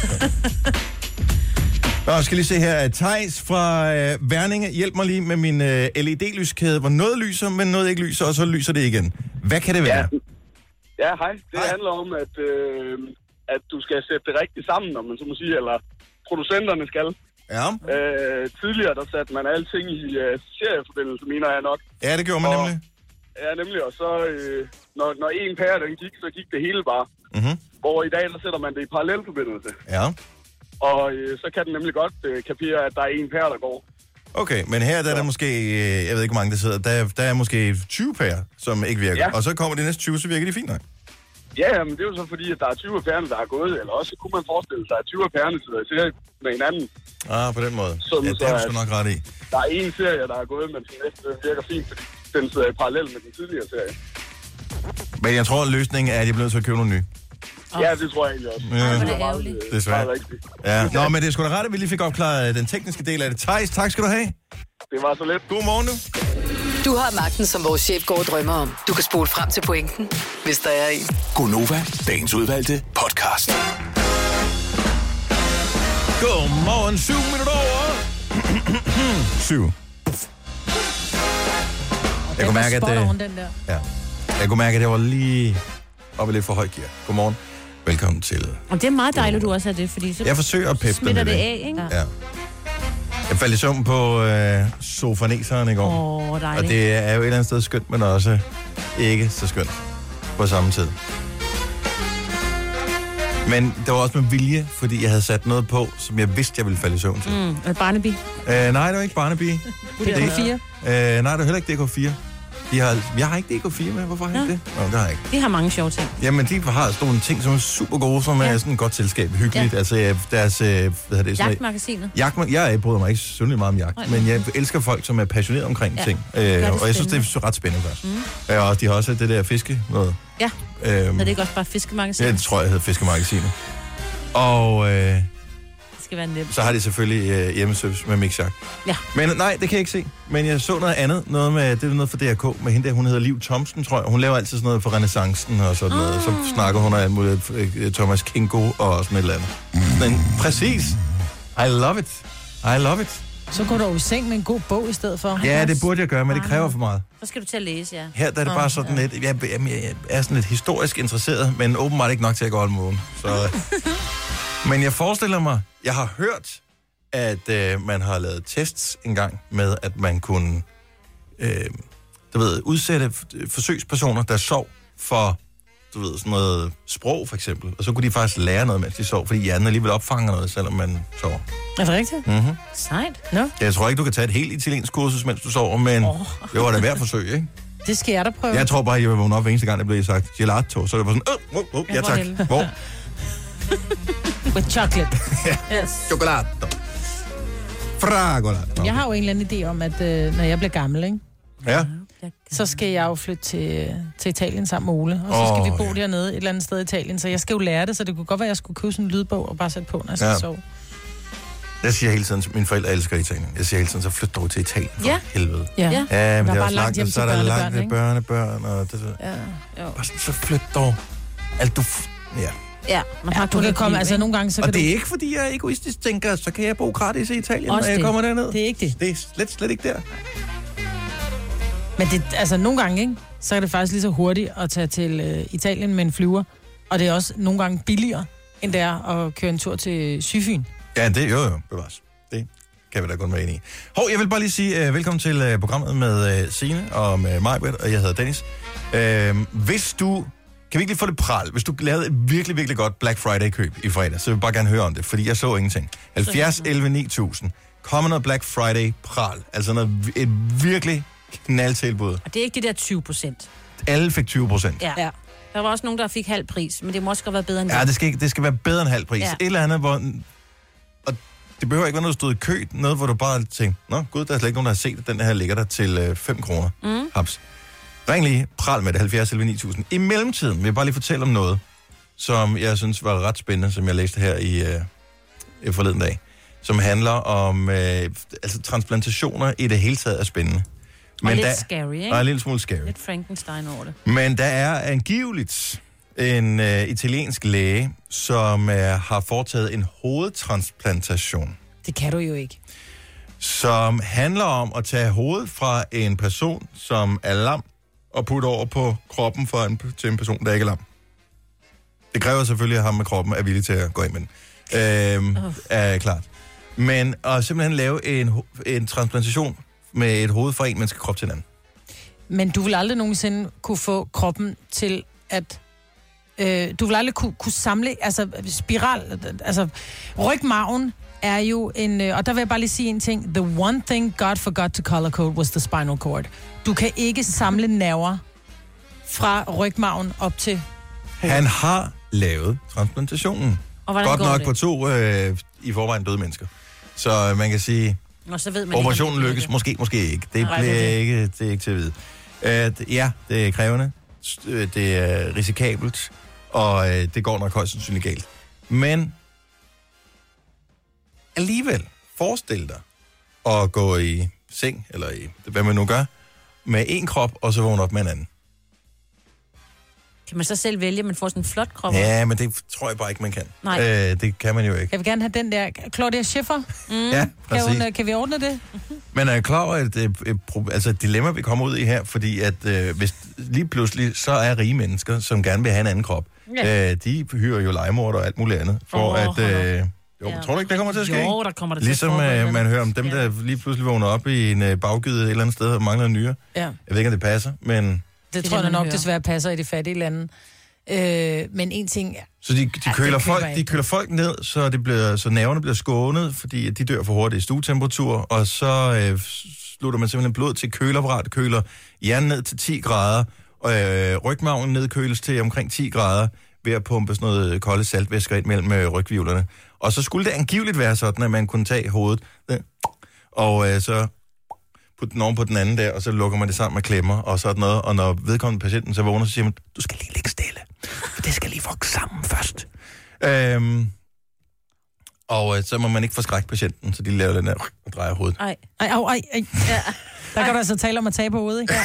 Nå, jeg skal lige se her. Thijs fra øh, Værninge, hjælp mig lige med min øh, L E D-lyskæde, hvor noget lyser, men noget ikke lyser, og så lyser det igen. Hvad kan det være? Ja, ja hej. Det Hej. handler om, at, øh, at du skal sætte det rigtigt sammen, om man så må sige, eller producenterne skal. Ja. Øh, tidligere, der satte man alting i øh, serieforbindelse, mener jeg nok. Ja, det gjorde man Og- nemlig. Ja, nemlig, og så, øh, når, når en pære den gik, så gik det hele bare. Mhm. Hvor i dag, der sætter man det i parallelforbindelse. Ja. Og øh, så kan den nemlig godt øh, kapere, at der er en pære, der går. Okay, men her der er der måske, øh, jeg ved ikke, hvor mange der sidder, der, der er måske tyve pærer, som ikke virker. Ja. Og så kommer de næste tyve, så virker de fint nok. Ja, men det er jo så fordi, at der er tyve af pærerne, der er gået, eller også kunne man forestille sig, at tyve af pærerne sidder i serie med hinanden. Ah, på den måde. Sådan Ja, det så, har du sgu at- nok ret i. Der er en serie, der er gået, men den næste den virker fint, fordi den sidder i parallel med den tidligere serie. Men jeg tror, at løsningen er, at jeg bliver nødt til at købe nogle nye. Oh. Ja, det tror jeg egentlig også. Ja. Ej, hvor er det meget, ærgerligt. øh, Desværre. meget rigtigt. Ja. Nå, men det er sgu da ret, at vi lige fik opklaret den tekniske del af det. Thijs, tak skal du have. Det var så let. God morgen nu. Du har magten, som vores chef går og drømmer om. Du kan spole frem til pointen, hvis der er en. Gonova, dagens udvalgte podcast. Godmorgen, syv minutter over. Syv. Jeg kunne mærke, at det... det... den der. Ja. Jeg kunne mærke, at jeg var lige oppe lidt for høj gear. Godmorgen. Velkommen til... Og det er meget dejligt, du også er det, fordi så Jeg forsøger at peppe den smitter lidt det af. af, ikke? Ja. Jeg faldt i søvn på øh, sofaneseren i går. Åh, oh, dejligt. Og det er jo et eller andet sted skønt, men også ikke så skønt på samme tid. Men det var også med vilje, fordi jeg havde sat noget på, som jeg vidste, jeg ville falde i søvn til. Mm, og Barnaby. Øh, nej, det var ikke Barnaby. Det er fire. Øh, nej, det var heller ikke D K fire. De har, jeg har ikke D K fire med. Hvorfor har jeg Ja. ikke det? Nå, det har jeg ikke. De har mange sjove ting. Jamen, de har sådan nogle ting, som er super gode, som ja. er sådan et godt selskab. Hyggeligt. Ja. Altså, deres... Hvad hedder det? Sådan Jagtmagasinet. Jagt, jeg bryder mig ikke synderligt meget om jagt, Nej. men jeg elsker folk, som er passionerede omkring Ja. ting. det Øh, og jeg synes, det spændende. er ret spændende faktisk. Mm. Ja, og de har også det der fiske noget. Ja. Øhm, Men det er ikke også bare fiskemagasinet? ja, det tror jeg hedder Fiskemagasinet. Og... Øh, Det skal være nemt. Så har de selvfølgelig øh, hjemmeservice med mixjagt. Ja. Men nej, det kan jeg ikke se. Men jeg så noget andet. Noget med, det er noget for D R K. Med hende der, hun hedder Liv Thomsen, tror jeg. Hun laver altid sådan noget for renaissancen og sådan noget. Så snakker hun af mod øh, Thomas Kingo og sådan et eller andet. Men præcis. I love it. I love it. Så går du jo i seng med en god bog i stedet for. Ja, det burde jeg gøre, men det kræver for meget. Så skal du til at læse, ja. Her der er det bare sådan lidt... Jeg, jeg, jeg er sådan lidt historisk interesseret, men åbenbart ikke nok til at gå holde måden. Så... Men jeg forestiller mig, jeg har hørt, at øh, man har lavet tests engang med, at man kunne øh, du ved, udsætte forsøgspersoner, der sov for du ved, sådan noget sprog for eksempel. Og så kunne de faktisk lære noget, mens de sov, fordi hjernen alligevel opfanger noget, selvom man sover. Er det rigtigt? Mm-hmm. Sejt. Nå, Jeg tror ikke, du kan tage et helt italiensk kursus, mens du sover, men oh. det var da værd forsøg, ikke? det skal jeg da prøve. Jeg tror bare, at jeg vil vågne op hver eneste gang, der bliver sagt gelato. Så er det bare sådan, åh, oh, oh, ja tak. Hvor? With chocolate. Yes. Chocolato. Fragola. Nå. Jeg har jo en eller anden idé om, at øh, når jeg bliver gammel, ikke, Ja. så skal jeg jo flytte til, til Italien sammen med Ole. Og så skal Åh, vi bo ja. dernede et eller andet sted i Italien. Så jeg skal jo lære det, så det kunne godt være, at jeg skulle købe sådan en lydbog og bare sætte på, når jeg skal Ja. sove. Jeg siger hele tiden, mine forældre elsker Italien. Jeg siger hele tiden, så flyt dog til Italien for Ja. helvede. Ja. Ja. Ja, men Der er det er bare også langt langt, hjem og så er til der langt børnebørn, ved ikke? børnebørn, og det, Ja. Jo. bare sådan, så flyt dog. Altså, du... F- ja. Ja, man har Ja, du kan komme, liv, altså ikke? nogle gange, så Og kan det du... er ikke, fordi jeg er egoistisk tænker, så kan jeg bo gratis i Italien, Også når jeg det. kommer derned. Det er ikke det. Det er slet, slet ikke der. Men det, altså nogle gange, ikke, så er det faktisk lige så hurtigt at tage til øh, Italien med en flyver. Og det er også nogle gange billigere, end det er at køre en tur til Syfyn. Ja, det jo jo, bevares. Det kan vi da godt være enige i. Hov, jeg vil bare lige sige uh, velkommen til uh, programmet med uh, Signe og med Majbert, og jeg hedder Dennis. Uh, hvis du... Kan vi ikke lige få det pral? Hvis du lavede et virkelig, virkelig godt Black Friday-køb i fredag, så vil jeg bare gerne høre om det, fordi jeg så ingenting. halvfjerds elleve ni tusind. Kommer noget Black Friday-pral. Altså noget, et virkelig knaldtilbud. Og det er ikke de der tyve procent. Alle fik tyve procent. Ja. Ja. Der var også nogen, der fik halv pris, men det må også godt være bedre end det. Ja, det skal, ikke, det skal være bedre end halv pris. Ja. Et eller andet, hvor... Og det behøver ikke være noget, der stod i kø. Noget, hvor du bare tænker, nå gud, der er slet ikke nogen, der har set, at den her ligger der til fem øh, kroner. Mm. Haps. Ring lige, pral med det, halvfjerds elleve ni tusind. I mellemtiden vil jeg bare lige fortælle om noget, som jeg synes var ret spændende, som jeg læste her i, øh, i forleden dag. Som handler om... Øh, altså, transplantationer i det hele taget er spændende. Og lidt der, scary, ikke? Og en lille smule scary. Lidt Frankenstein over det. Men der er angiveligt en øh, italiensk læge, som øh, har foretaget en hovedtransplantation, Det kan du jo ikke. som handler om at tage hovedet fra en person, som er lam, og putte over på kroppen for en, til en person, der ikke er lam. Det kræver selvfølgelig, at ham med kroppen er villig til at gå ind med den. Øhm, Oh. er klart. Men at simpelthen lave en, ho- en transplantation med et hoved fra en menneske krop til en anden. Men du vil aldrig nogensinde kunne få kroppen til at... Øh, du vil aldrig kunne, kunne samle... Altså, spiral... Altså, rygmarven er jo en... Øh, og der vil jeg bare lige sige en ting. The one thing God forgot to color code was the spinal cord. Du kan ikke samle nerver fra rygmarven op til... Han har lavet transplantationen. Og hvordan Godt går nok det? på to øh, i forvejen døde mennesker. Så man kan sige, Og så ved man operationen ikke, om det lykkes, virker. måske, måske ikke. Det Nej, bliver det er det. ikke, det er ikke til at vide. Uh, ja, det er krævende, S- øh, det er risikabelt, og øh, det går nok højst sandsynligt galt. Men alligevel, forestil dig at gå i seng, eller i hvad man nu gør, med en krop, og så vågne op med en anden. Kan man så selv vælge, at man får sådan en flot krop? Ja, men det tror jeg bare ikke, man kan. Nej. Øh, det kan man jo ikke. Jeg vil gerne have den der... Claudia Schiffer, Mm. Ja, kan, præcis. hun, øh, kan vi ordne det? Men er jeg klar over, at det er et, pro- altså et dilemma, vi kommer ud i her, fordi at øh, hvis lige pludselig, så er rige mennesker, som gerne vil have en anden krop. Ja. Øh, de hyrer jo legemorder og alt muligt andet, for Åh, at... hold Øh, jo, Ja. tror du ikke, det kommer til at ske? Jo, der kommer det til Ligesom at foregå, øh, men- man hører om dem, Ja. der lige pludselig vågner op i en øh, baggyde et eller andet sted og mangler en nyre. Ja. Jeg ved ikke, om det passer, men... Det, Det det tror kan jeg man nok høre. desværre passer i de fattige lande. Øh, men en ting... Så de, de, Ja, køler det køber folk, jeg de ikke. køler folk ned, så, det bliver, så nerverne bliver skånet, fordi at de dør for hurtigt i stuetemperatur, og så øh, s- slutter man simpelthen blod til køleapparat, køler hjernen ned til ti grader, og øh, rygmarven nedkøles til omkring ti grader, ved at pumpe sådan noget kolde saltvæsker ind mellem øh, rygvivlerne. Og så skulle det angiveligt være sådan, at man kunne tage hovedet, øh, og øh, så putte den oven på den anden der, og så lukker man det sammen med klemmer, og sådan noget. Og når vedkommende patienten så vågner, så siger man, du skal lige ligge stille, for det skal lige vokse sammen først. Øhm, og øh, så må man ikke forskrække patienten, så de laver den der og drejer hovedet. Ej. Ej, au, ej, ej. Ja. Der kan du altså tale om at tage på hovedet, ikke? Ja.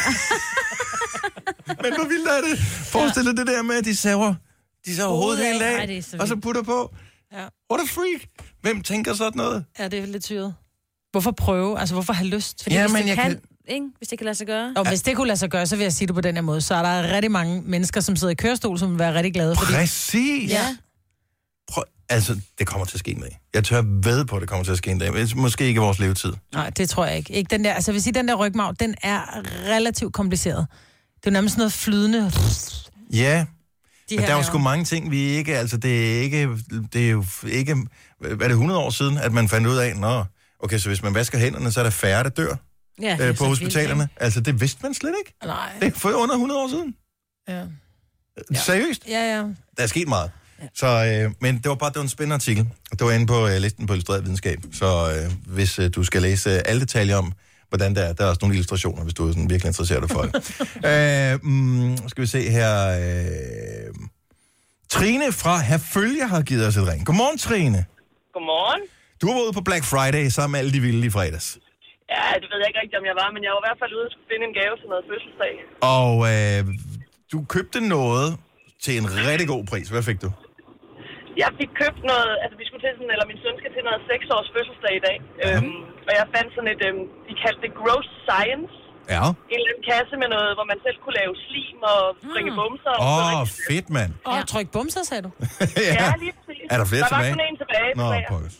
Men hvor vildt er det? Forestil dig det der med, at de saver, de saver hovedet hele Ej, det er dag, så og så vildt. putter på. Ja. What a freak! Hvem tænker sådan noget? Ja, det er lidt syret. Hvorfor prøve? Altså, hvorfor have lyst? Fordi Ja, hvis men det jeg kan, kan- ikke? Hvis det kan lade sig gøre. Og hvis det kunne lade sig gøre, så vil jeg sige det på den her måde. Så er der rigtig mange mennesker, som sidder i kørestol, som vil være rigtig glade. Fordi... Præcis! Ja. Prøv, altså, det kommer til at ske en dag. Jeg tør ved på, at det kommer til at ske en dag. Måske ikke i vores levetid. Nej, det tror jeg ikke. ikke den der, altså, jeg vil sige, den der rygmarv, den er relativt kompliceret. Det er nærmest noget flydende. Ja, De men der er jo nerver. sgu mange ting, vi ikke... Altså, det er ikke... Det er jo ikke... Hvad er det, hundrede år siden, at man fandt ud af, nå, okay, så hvis man vasker hænderne, så er der færre, der dør Ja, øh, på hospitalerne. Altså, det vidste man slet ikke. Nej. Det er for under hundrede år siden. Ja. Ja. Seriøst. Ja, ja. Der er sket meget. Ja. Så, øh, men det var bare det var en spændende artikel. Det var inde på øh, listen på Illustreret Videnskab. Så øh, hvis øh, du skal læse øh, alle detaljer om, hvordan det er, der er også nogle illustrationer, hvis du er sådan virkelig interesseret dig for det. øh, mm, skal vi se her. Øh, Trine fra Herfølge har givet os et ring. Godmorgen, Trine. Godmorgen. Du var ude på Black Friday sammen med alle de vilde i fredags. Ja, det ved jeg ikke rigtig, om jeg var, men jeg var i hvert fald ude og skulle finde en gave til noget fødselsdag. Og øh, du købte noget til en rigtig god pris. Hvad fik du? Jeg fik købt noget, altså vi skulle til sådan, eller min søn skal til noget seks års fødselsdag i dag. Ja. Øhm, og jeg fandt sådan et, øhm, de kaldte det Gross Science. Ja. En eller anden kasse med noget, hvor man selv kunne lave slim og springe mm. bumser. Åh, og oh, fedt, mand. Og ja. Tryk bumser, sagde du? Ja, lige præcis. Er der flere der tilbage? Der var kun en tilbage. Nå, desværre. pokkers.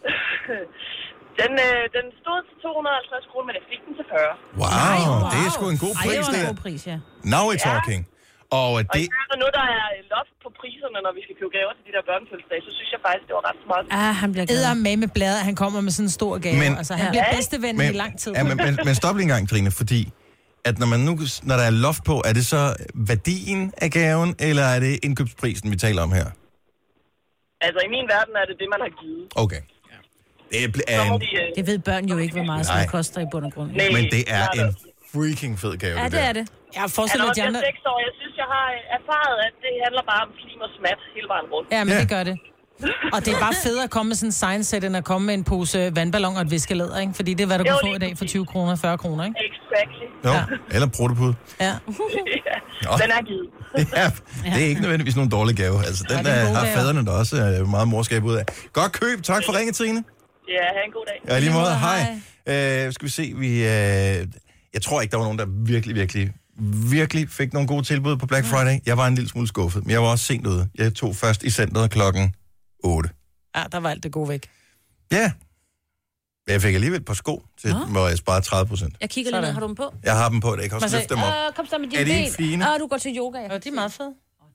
den, øh, den stod til to hundrede og halvtreds kroner, men jeg fik den til fyrre. Wow, Ej, wow. det er sgu en god Ej, pris, det var en der. god pris, ja. Now we're talking. Og Og det... især nu, der er loft på priserne, når vi skal købe gaver til de der børnefødselsdage, så synes jeg faktisk, det var ret smart. Ah, han bliver glad. Æder med med bladet, at han kommer med sådan en stor gave. Men- altså, han Ja. bliver bedsteven i lang tid. Ja, men, men, men stop lige en gang, Trine, fordi at når, man nu, når der er loft på, er det så værdien af gaven, eller er det indkøbsprisen, vi taler om her? Altså, i min verden er det det, man har givet. Okay. Det er, Så er må en, de, øh, Det ved børn jo ikke, hvor meget sådan Nej. noget koster i bund og grund. nej, men det er nej, en freaking fed gave, Ja, det der. er det. Jeg Han forestiller er mig, de også andre... seks år. Jeg synes, jeg har erfaret, at det handler bare om slim og smat hele vejen rundt. Ja, men Ja. det gør det. Og det er bare fedt at komme med sådan en science-set, end at komme med en pose vandballon og et viskelæder, ikke? Fordi det er, hvad du Jo, kan få lige i dag for præcis. tyve kroner, fyrre kroner, ikke? Exactly. Jo, Ja. eller pruttepude. Ja. ja, Nå. den er givet. Ja, det er ikke nødvendigvis nogen dårlig gave. Altså, den det er en er, god har gave. fædrene der også øh, meget morskab ud af. Godt køb. Tak for ringet, Trine. Ja, have en god dag. Ja, i lige måde. måde, Hej. Øh, skal vi se, vi... Øh, jeg tror ikke, der var nogen, der virkelig, virkelig, virkelig fik nogle gode tilbud på Black Friday. Jeg var en lille smule skuffet, men jeg var også sent ude. Jeg tog først i centret klokken otte. Ja, der var alt det gode væk. Ja. Jeg fik alligevel et par sko, til, Nå. hvor jeg sparede tredive procent. Jeg kigger lige Sådan. ned. Har du dem på? Jeg har dem på, det jeg kan også Må jeg løfte dem op. Øh, kom så med dine Er de ben. ikke fine? Åh, du går til yoga. Ja. Og de er meget fede.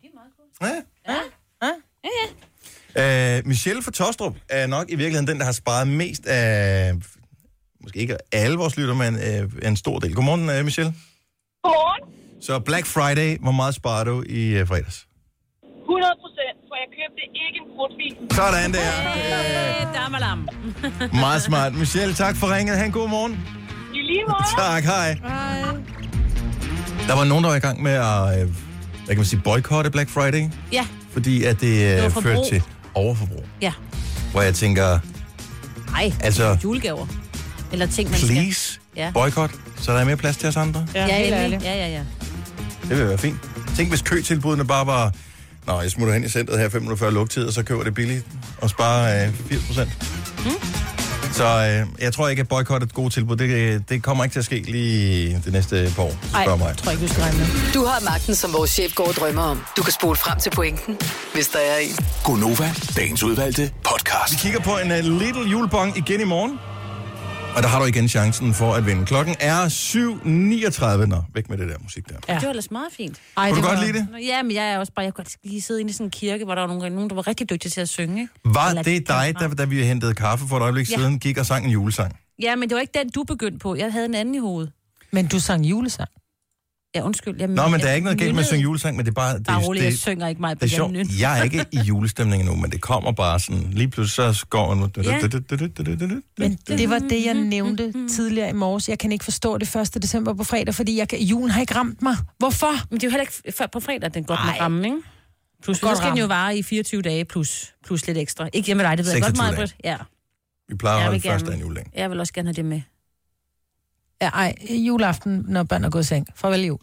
Ja. Øh, Michelle fra Tostrup er nok i virkeligheden den, der har sparet mest af, måske ikke alle vores lytter, men øh, en stor del. Godmorgen, øh, Michelle. Godmorgen. Så Black Friday, hvor meget sparer du i øh, fredags? hundrede procent, for jeg købte ikke en brudbil. Sådan der. Øh, damalam. Øh, meget smart. Michelle, tak for ringet. Ha' en god morgen. I lige måde. Tak, hej. Der var nogen, der var i gang med at, øh, hvad kan man sige, boykotte Black Friday, Ja, fordi at det, Det var øh, forbrug. førte til overforbrug. ja. Hvor jeg tænker, Ej, altså, julegaver. Eller ting, man skal. please, Ja. boykot, så der er mere plads til os andre. Ja, Ja, helt endelig. ærligt. Ja, ja, ja. Det vil være fint. Tænk, hvis køtilbudene bare var, nå, jeg smutter hen i centret her fem minutter før lukketid, og så køber det billigt og sparer øh, firs procent. Mm. Så øh, jeg tror ikke, at boykot er et godt tilbud. Det, det kommer ikke til at ske lige det næste par år, Ej, spørg mig. jeg tror ikke, du skal regne med. Du har magten, som vores chef går og drømmer om. Du kan spole frem til pointen, hvis der er en. Gonova, dagens udvalgte podcast. Vi kigger på en uh, little julebong igen i morgen. Og der har du igen chancen for at vinde. Klokken er syv niogtredive. Nå, væk med det der musik der. Ja. Det var ellers meget fint. Ej, Kunne du det godt var- lide det? Nå, Ja, men jeg er også bare, jeg kunne godt lige sidde inde i sådan en kirke, hvor der var nogen, nogen der var rigtig dygtige til at synge. Ikke? Var Eller det dig, der, da vi hentede kaffe for et øjeblik Ja. siden, gik og sang en julesang? Ja, men det var ikke den, du begyndte på. Jeg havde en anden i hovedet. Men du sang julesang. Ja, undskyld. Jeg, Nå, men der er ikke noget galt med at nynnede- synge julesang, men det er bare... Det, Bare roligt, det, jeg synger ikke mig på det er den sjovt. Jeg er ikke i julestemning endnu, men det kommer bare sådan... Lige pludselig så går man... Ja. Men det var det, jeg nævnte tidligere i morges. Jeg kan ikke forstå det første december på fredag, fordi jeg kan, julen har ikke ramt mig. Hvorfor? Men det er jo heller ikke før på fredag, den godt må Ej. ramme, ikke? Plus, Godt så skal den ramme. jo vare i fireogtyve dage plus, plus lidt ekstra. Ikke hjemme med dig, det ved jeg godt seksogtyve meget, dage. Britt. Ja, Vi plejer at Jeg holde vil gerne. første af en juledag. jeg vil også gerne have det med. Ja, ej, juleaften, når børn er gået i seng. Farvel jul.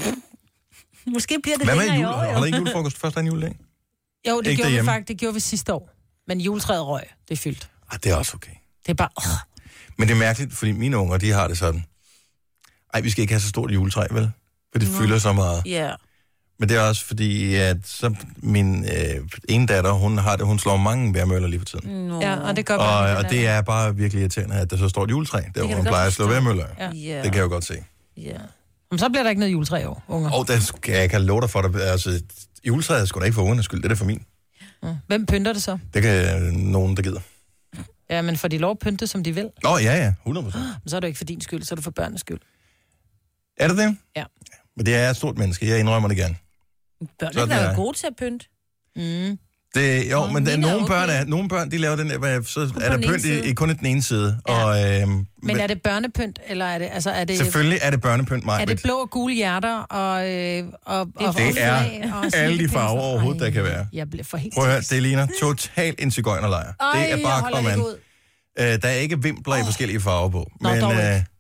Måske bliver det Hvad med længere jul? i år, jo. Holder I julefrokost første af en juledag? Jo, det Ikke gjorde vi derhjemme. faktisk, det gjorde vi sidste år. Men juletræet røg, det er fyldt. Ah, det er også okay. Det er bare... Øh. Men det er mærkeligt, fordi mine unger, de har det sådan. Ej, vi skal ikke have så stort juletræ, vel? For det fylder så meget. Ja. Men det er også fordi, at så min øh, ene datter, hun har det, hun slår mange værmøller lige for tiden. Nå. Ja, og det gør Og, bare... og det er bare virkelig irriterende, at der så står et juletræ, der hvor kan hun du plejer godt at slå forstå. værmøller. Ja. Ja. Det kan jeg jo godt se. Ja. Men så bliver der ikke noget juletræ i år, unger. Og der skal jeg kan love dig for dig. Altså, juletræet er sgu da ikke for ungernes skyld, det er det for min. Ja. Hvem pynter det så? Det kan øh, nogen, der gider. Ja, men får de lov at pynte, som de vil? Nå, ja, ja, hundrede procent. Men så er det jo ikke for din skyld, så er det for børnenes skyld. Er det det? Ja. Men det er et stort menneske, jeg indrømmer det gerne. Børnene Sådan er er- jo gode til at pynte. Mm. Det, jo, Nå, men der er mine er nogle okay. børn, er, nogle børn, de laver den der, hvad- så er den der ene pynt i, side. i kun den ene side. Ja. Og, øhm, Men men er det børnepynt, eller er det... Altså, er det selvfølgelig er det børnepynt, mig. er det blå og gule hjerter og... Øh, og, og Det og er flag og alle de silkepinser? farver overhovedet, der kan være. Jeg bliver for helt... Prøv at høre, det ligner totalt en cigøjnerlejr. Det er bare at komme an. Øh, der er ikke vimpler oh. i forskellige farver på. Nå, Men dog øh, ikke. der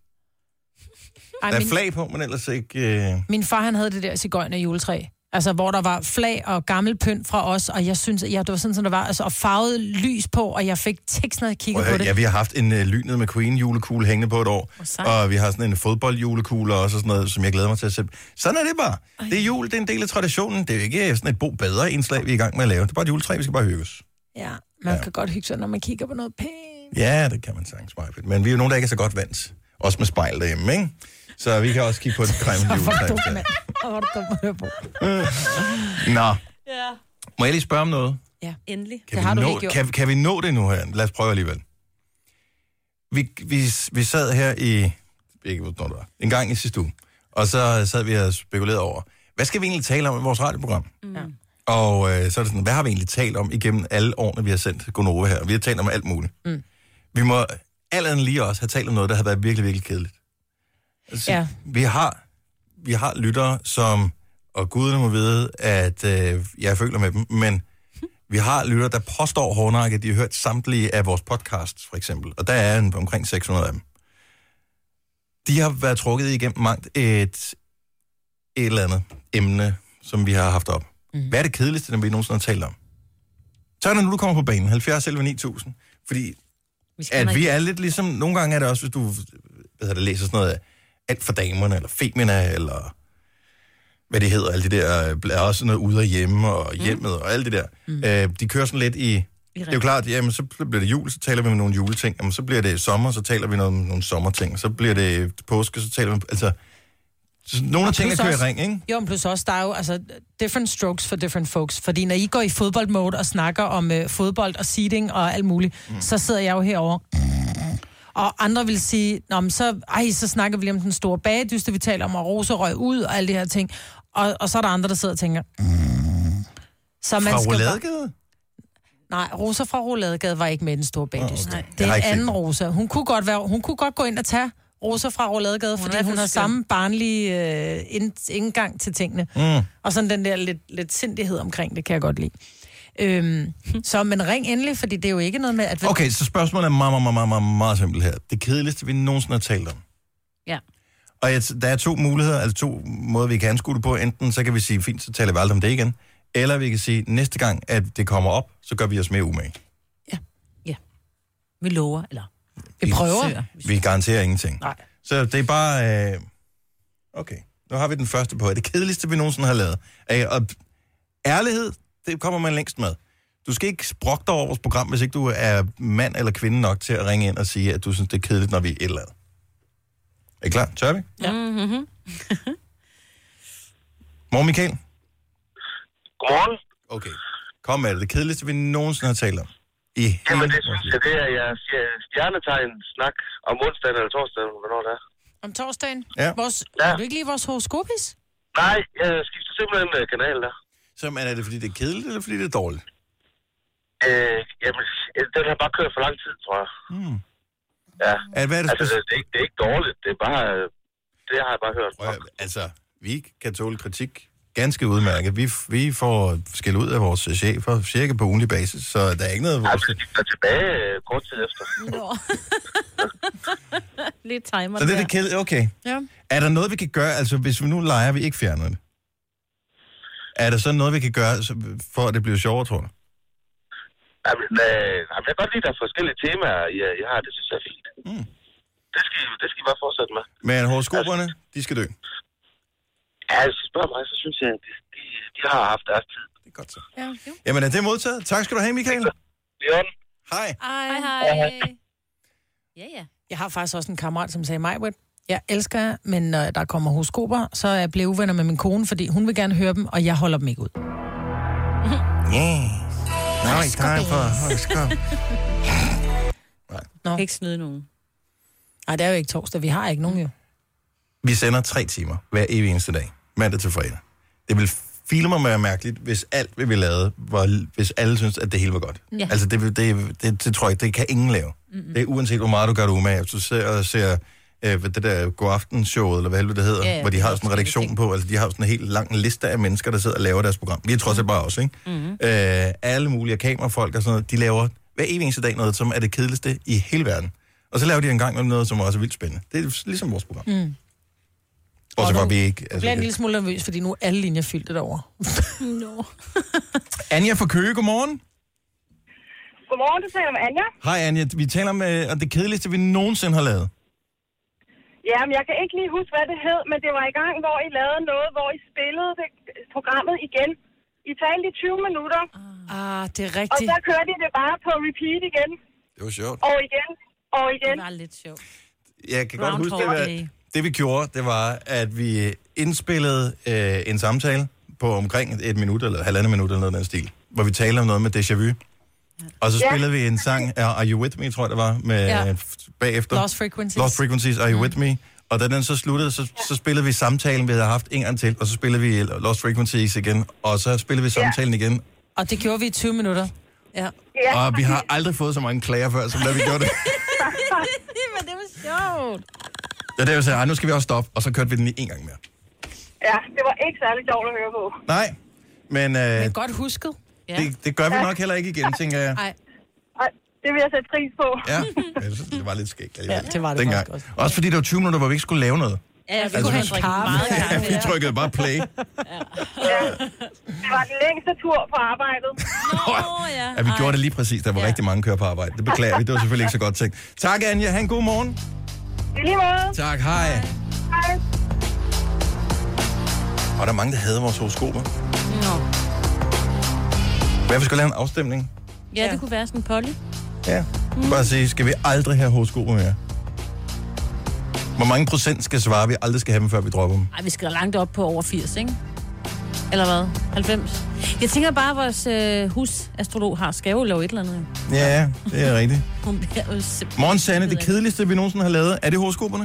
Ej, er min, flag på, men ellers ikke... Øh... min far, han havde det der cigøjner juletræ. Altså, hvor der var flag og gammel pynt fra os, og jeg synes, ja, det var sådan, som der var, altså, og farvet lys på, og jeg fik tekst, når jeg kiggede Prøv at på høre, det. ja, vi har haft en uh, Lynet med Queen julekugle hængende på et år. sejt. Og vi har sådan en fodboldjulekugle også, og sådan noget, som jeg glæder mig til at sætte. Sådan er det bare. Ej. Det er jul, det er en del af traditionen. Det er jo ikke sådan et bo bedre indslag, vi er i gang med at lave. Det er bare et juletræ, vi skal bare hygge os. Ja, man Ja. kan godt hygge sig, når man kigger på noget pænt. Ja, det kan man sagtens, Majbrit. Men vi er jo nogen, der ikke er så godt vant. Også med spejl derhjemme, ikke? Så vi kan også kigge på et kræmmet Hvor juletræ. dum, mand. Hvor var du dum at høre på. Nå, Ja. må jeg lige spørge om noget? Endelig. Kan, Det vi har du nå, ikke gjort. kan, kan vi nå det nu her? Lad os prøve alligevel. Vi, vi, vi sad her i... Ikke ved, når det var. En gang i sidste uge. Og så sad vi og spekulerede over, hvad skal vi egentlig tale om i vores radioprogram? Mm. Og øh, så er det sådan, hvad har vi egentlig talt om igennem alle årene, vi har sendt Gonova her? Vi har talt om alt muligt. Mm. Vi må alt andet lige også have talt om noget, der har været virkelig, virkelig kedeligt. Altså, Ja. vi, har, vi har lyttere, som, og guderne må vide, at øh, jeg føler med dem, men vi har lyttere, der påstår hårdnakket, at de har hørt samtlige af vores podcasts, for eksempel. Og der er en, omkring seks hundrede af dem. De har været trukket igennem mangt et, et eller andet emne, som vi har haft op. Mm. Hvad er det kedeligste, når vi nogensinde har talt om? Så er det nu, du kommer på banen. halvfjerds elleve ni tusind. Fordi Vi skal at nok- vi er lidt ligesom... Nogle gange er det også, hvis du hvad hedder det, læser sådan noget af alt for damerne, eller Femina, eller hvad det hedder, alle de der, er også noget ude af hjemme, og hjemmet, mm. og alt det der. Mm. Øh, de kører sådan lidt i... Det er jo klart, jamen, så bliver det jul, så taler vi med nogle juleting. Jamen, så bliver det sommer, så taler vi noget, nogle sommerting. Så bliver det påske, så taler vi... Altså, så nogle af tingene plus kører i også- ring, ikke? Jo, men plus også, der er jo altså different strokes for different folks. Fordi når I går i fodboldmode og snakker om øh, fodbold og seeding og alt muligt, mm. så sidder jeg jo herovre. Og andre vil sige, nå, men så, ej, så snakker vi lige om den store bagedyste, vi taler om, og roser røg ud og alle de her ting. Og, og så er der andre, der sidder og tænker... Mm. Så man Fra skal bare- Rouladegade? Nej, Rosa fra Rouladegade var ikke med i den store bagedyst. okay. Oh, Jeg det har er en ikke set anden den. Rosa. Hun kunne godt være, hun kunne godt gå ind og tage Rosa fra Rouladegade, Hun er fordi i hvert hun fald har skøn. samme barnlige øh, ind, indgang til tingene. Mm. Og sådan den der lidt, lidt sindighed omkring det, kan jeg godt lide. Øhm, så, men ring endelig, fordi det er jo ikke noget med, at... Okay, så spørgsmålet er meget, meget, meget, meget, meget simpelt her. Det kedeligste, vi nogensinde har talt om. Ja. Og jeg, der er to muligheder, altså to måder, vi kan anskue det på. Enten så kan vi sige, fint, så taler vi aldrig om det igen. Eller vi kan sige, næste gang, at det kommer op, så gør vi os mere umage. Vi lover, eller... Vi prøver. Søger. Vi garanterer ingenting. Nej. Så det er bare... Øh... Okay, nu har vi den første på. Det kedeligste, vi nogensinde har lavet. Øh, og ærlighed, det kommer man længst med. Du skal ikke brokke dig over vores program, hvis ikke du er mand eller kvinde nok til at ringe ind og sige, at du synes, det er kedeligt, når vi er et eller andet. Er I klar? Tør vi? Ja. Mm-hmm. Morgen, Michael. Godmorgen. Okay, kom med det. Det kedeligste, vi nogensinde har talt om. I Jamen, det synes jeg, det er jeres stjernetegn-snak om onsdagen eller torsdagen, hvornår det er. Om torsdagen? Ja. Vores, Ja. Er du ikke lige vores horoskopis? Nej, jeg skifter simpelthen uh, kanal der. Så men er det, fordi det er kedeligt, eller fordi det er dårligt? Øh, jamen, den har bare kørt for lang tid, tror jeg. Hmm. Ja. Er, hvad er det, altså, det, det, er ikke, det er ikke dårligt, det er bare... Det har jeg bare hørt. Prøv, altså, vi kan tåle kritik ganske udmærket. Vi, vi får skæld ud af vores chefer cirka på ugenlig basis, så der er ikke noget... Vores... Altså, de er tilbage uh, kort tid efter. Nå. Lidt timer Så det er det kedeligt, okay. Ja. Er der noget, vi kan gøre, altså hvis vi nu leger, vi ikke fjerner det? Er der så noget, vi kan gøre, for at det bliver sjovere, tror du? Jamen, øh, jeg kan godt lide, at der er forskellige temaer, I, I har. Det synes jeg er fint. Mm. Det, skal, det skal I bare fortsætte med. Men horoskoperne, altså, de skal dø. Ja, hvis I spørger mig, så synes jeg, at de, de, de har haft deres tid. Det er godt så. Ja, okay. Jamen, er det modtaget? Tak skal du have, Michael. Leon. Hej. Hej, hej. Ja, ja. Jeg har faktisk også en kammerat, som sagde, Majbrit, jeg elsker jer, men når der kommer horoskoper, så er jeg blevet uvenner med min kone, fordi hun vil gerne høre dem, og jeg holder dem ikke ud. Yeah. Now it's time for horoskop. Nå. Kan ikke snyde nogen. Nej, det er jo ikke torsdag. Vi har ikke nogen jo. Vi sender tre timer hver evig eneste dag, mandag til fredag. Det vil filme mig være mærkeligt, hvis alt, hvad vi lavede, var, hvis alle synes, at det hele var godt. Ja. Altså, det, det, det, det, det tror jeg, det kan ingen lave. Mm-hmm. Det er uanset, hvor meget du gør det umage. Hvis du ser, ser øh, det der Godaften-showet, eller hvad helvede det hedder, ja, ja, hvor de har sådan en redaktion på, altså de har sådan en helt lang liste af mennesker, der sidder og laver deres program. Vi er trods alt bare også, ikke? Mm-hmm. Øh, alle mulige kamerafolk og sådan noget, de laver hver evig eneste dag noget, som er det kedeligste i hele verden. Og så laver de en gang noget, som også er vildt spændende. Det er ligesom vores program. Mm. Bortset fra, vi ikke... Jeg bliver en lille smule nervøs, fordi nu er alle linjer fyldt derovre. No. Anja fra Køge, godmorgen. Godmorgen, du taler med Anja. Hej Anja, vi taler om uh, det kedeligste, vi nogensinde har lavet. Jamen, jeg kan ikke lige huske, hvad det hed, men det var i gang, hvor I lavede noget, hvor I spillede det, programmet igen. I talte i tyve minutter. Ah, det er Og rigtigt. så kørte I det bare på repeat igen. Det var sjovt. Og igen. Og igen. Det var lidt sjovt. Jeg kan godt huske, det, Groundhog var, Day. det vi gjorde, det var, at vi indspillede øh, en samtale på omkring et minut, eller halvandet minut, eller noget af den stil, hvor vi talte om noget med déjà vu. Og så Ja. spillede vi en sang, Are You With Me, tror jeg det var, med Ja. bagefter. Lost Frequencies. Lost Frequencies, Are You With Me? Og da den så sluttede, så, så spillede vi samtalen, vi havde haft en gang til, og så spillede vi Lost Frequencies igen, og så spillede vi samtalen igen. Og det gjorde vi i tyve minutter. Ja. Ja. Og vi har aldrig fået så mange klager før, som da vi gjorde det. Men det var sjovt. Det er det, jeg sagde, nu skal vi også stoppe, og så kørte vi den lige en gang mere. Ja, det var ikke særlig sjovt at høre på. Nej, men, øh, Men godt husket. Ja. det, det gør vi nok heller ikke igen, tænker jeg. Nej. Ej, det vil jeg sætte pris på. Ja, jeg synes, det var lidt skægt alligevel. Ja, det var det dengang. faktisk også. Også fordi det var tyve minutter, hvor vi ikke skulle lave noget. Ja, vi Altså, kunne vi- have drikket kaffe. meget Ja, kaffe. vi trykkede bare play. Ja. Det var den længste tur på arbejdet. Nå, ja. Ja, vi gjorde det lige præcis, der var Ja. rigtig mange kører på arbejde. Det beklager vi, det var selvfølgelig ikke så godt tænkt. Tak, Anja. Ha' en god morgen. I lige måde. Tak, hej. Hej. Og der er mange, der hader vores horoskoper. Nå. Hvad vi skulle lave en afstemning? Ja, det kunne være sådan en Polly. Ja. Bare sige, skal vi aldrig have horoskoper mere? Hvor mange procent skal svare, vi aldrig skal have dem, før vi dropper dem? Ej, vi skal langt op på over firs, ikke? Eller hvad? halvfems? Jeg tænker bare, at vores øh, husastrolog har skal jo lave et eller andet. Ja, det er rigtigt. Hun bliver jo simpelthen... Morgen, Sanne, det kedeligste, vi nogensinde har lavet, er det horoskoperne?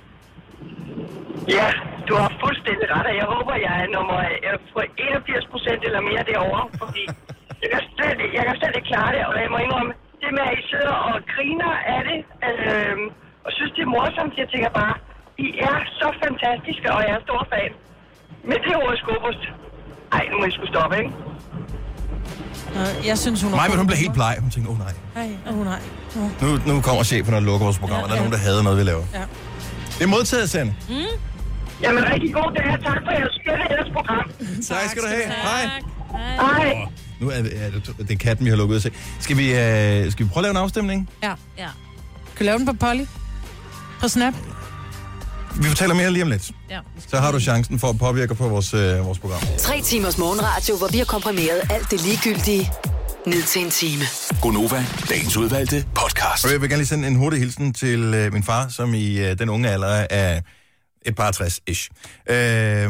Ja, du har fuldstændig ret, og jeg håber, jeg er nummer øh, enogfirs procent eller mere derovre, fordi jeg kan, slet, jeg kan slet ikke klare det, og jeg må indrømme, det med, at I sidder og griner af det, øh, og synes, det er morsomt, jeg tænker bare, I er så fantastiske, og jeg er stor fan. Men det er horoskopus. Ej, nu må I skulle stoppe, ikke? Jeg synes, hun er... Mig, men hun blev helt bleg. Hun tænkte, åh oh, nej. Nej, oh, nej. Oh. Nu, nu kommer chefen og lukker vores program, og der er nogen, der hader noget, vi laver. Ja. Det er modtaget, Sanne. Mm. Jamen, rigtig god dag, og tak for jeres skønne jeres program. Tak skal du have. Hej. Hej. Oh, nu er det, er det, det er katten, vi har lukket ud af. Skal vi, øh, skal vi prøve at lave en afstemning? Ja. Ja. Kan du lave den på Polly? På Snap? Vi fortæller mere lige om lidt. Ja. Så har du chancen for at påvirke på vores, øh, vores program. Tre timers morgenradio, hvor vi har komprimeret alt det ligegyldige ned til en time. Gonova, dagens udvalgte podcast. Og jeg vil gerne lige sende en hurtig hilsen til øh, min far, som i øh, den unge alder er et par tres-ish. Øh,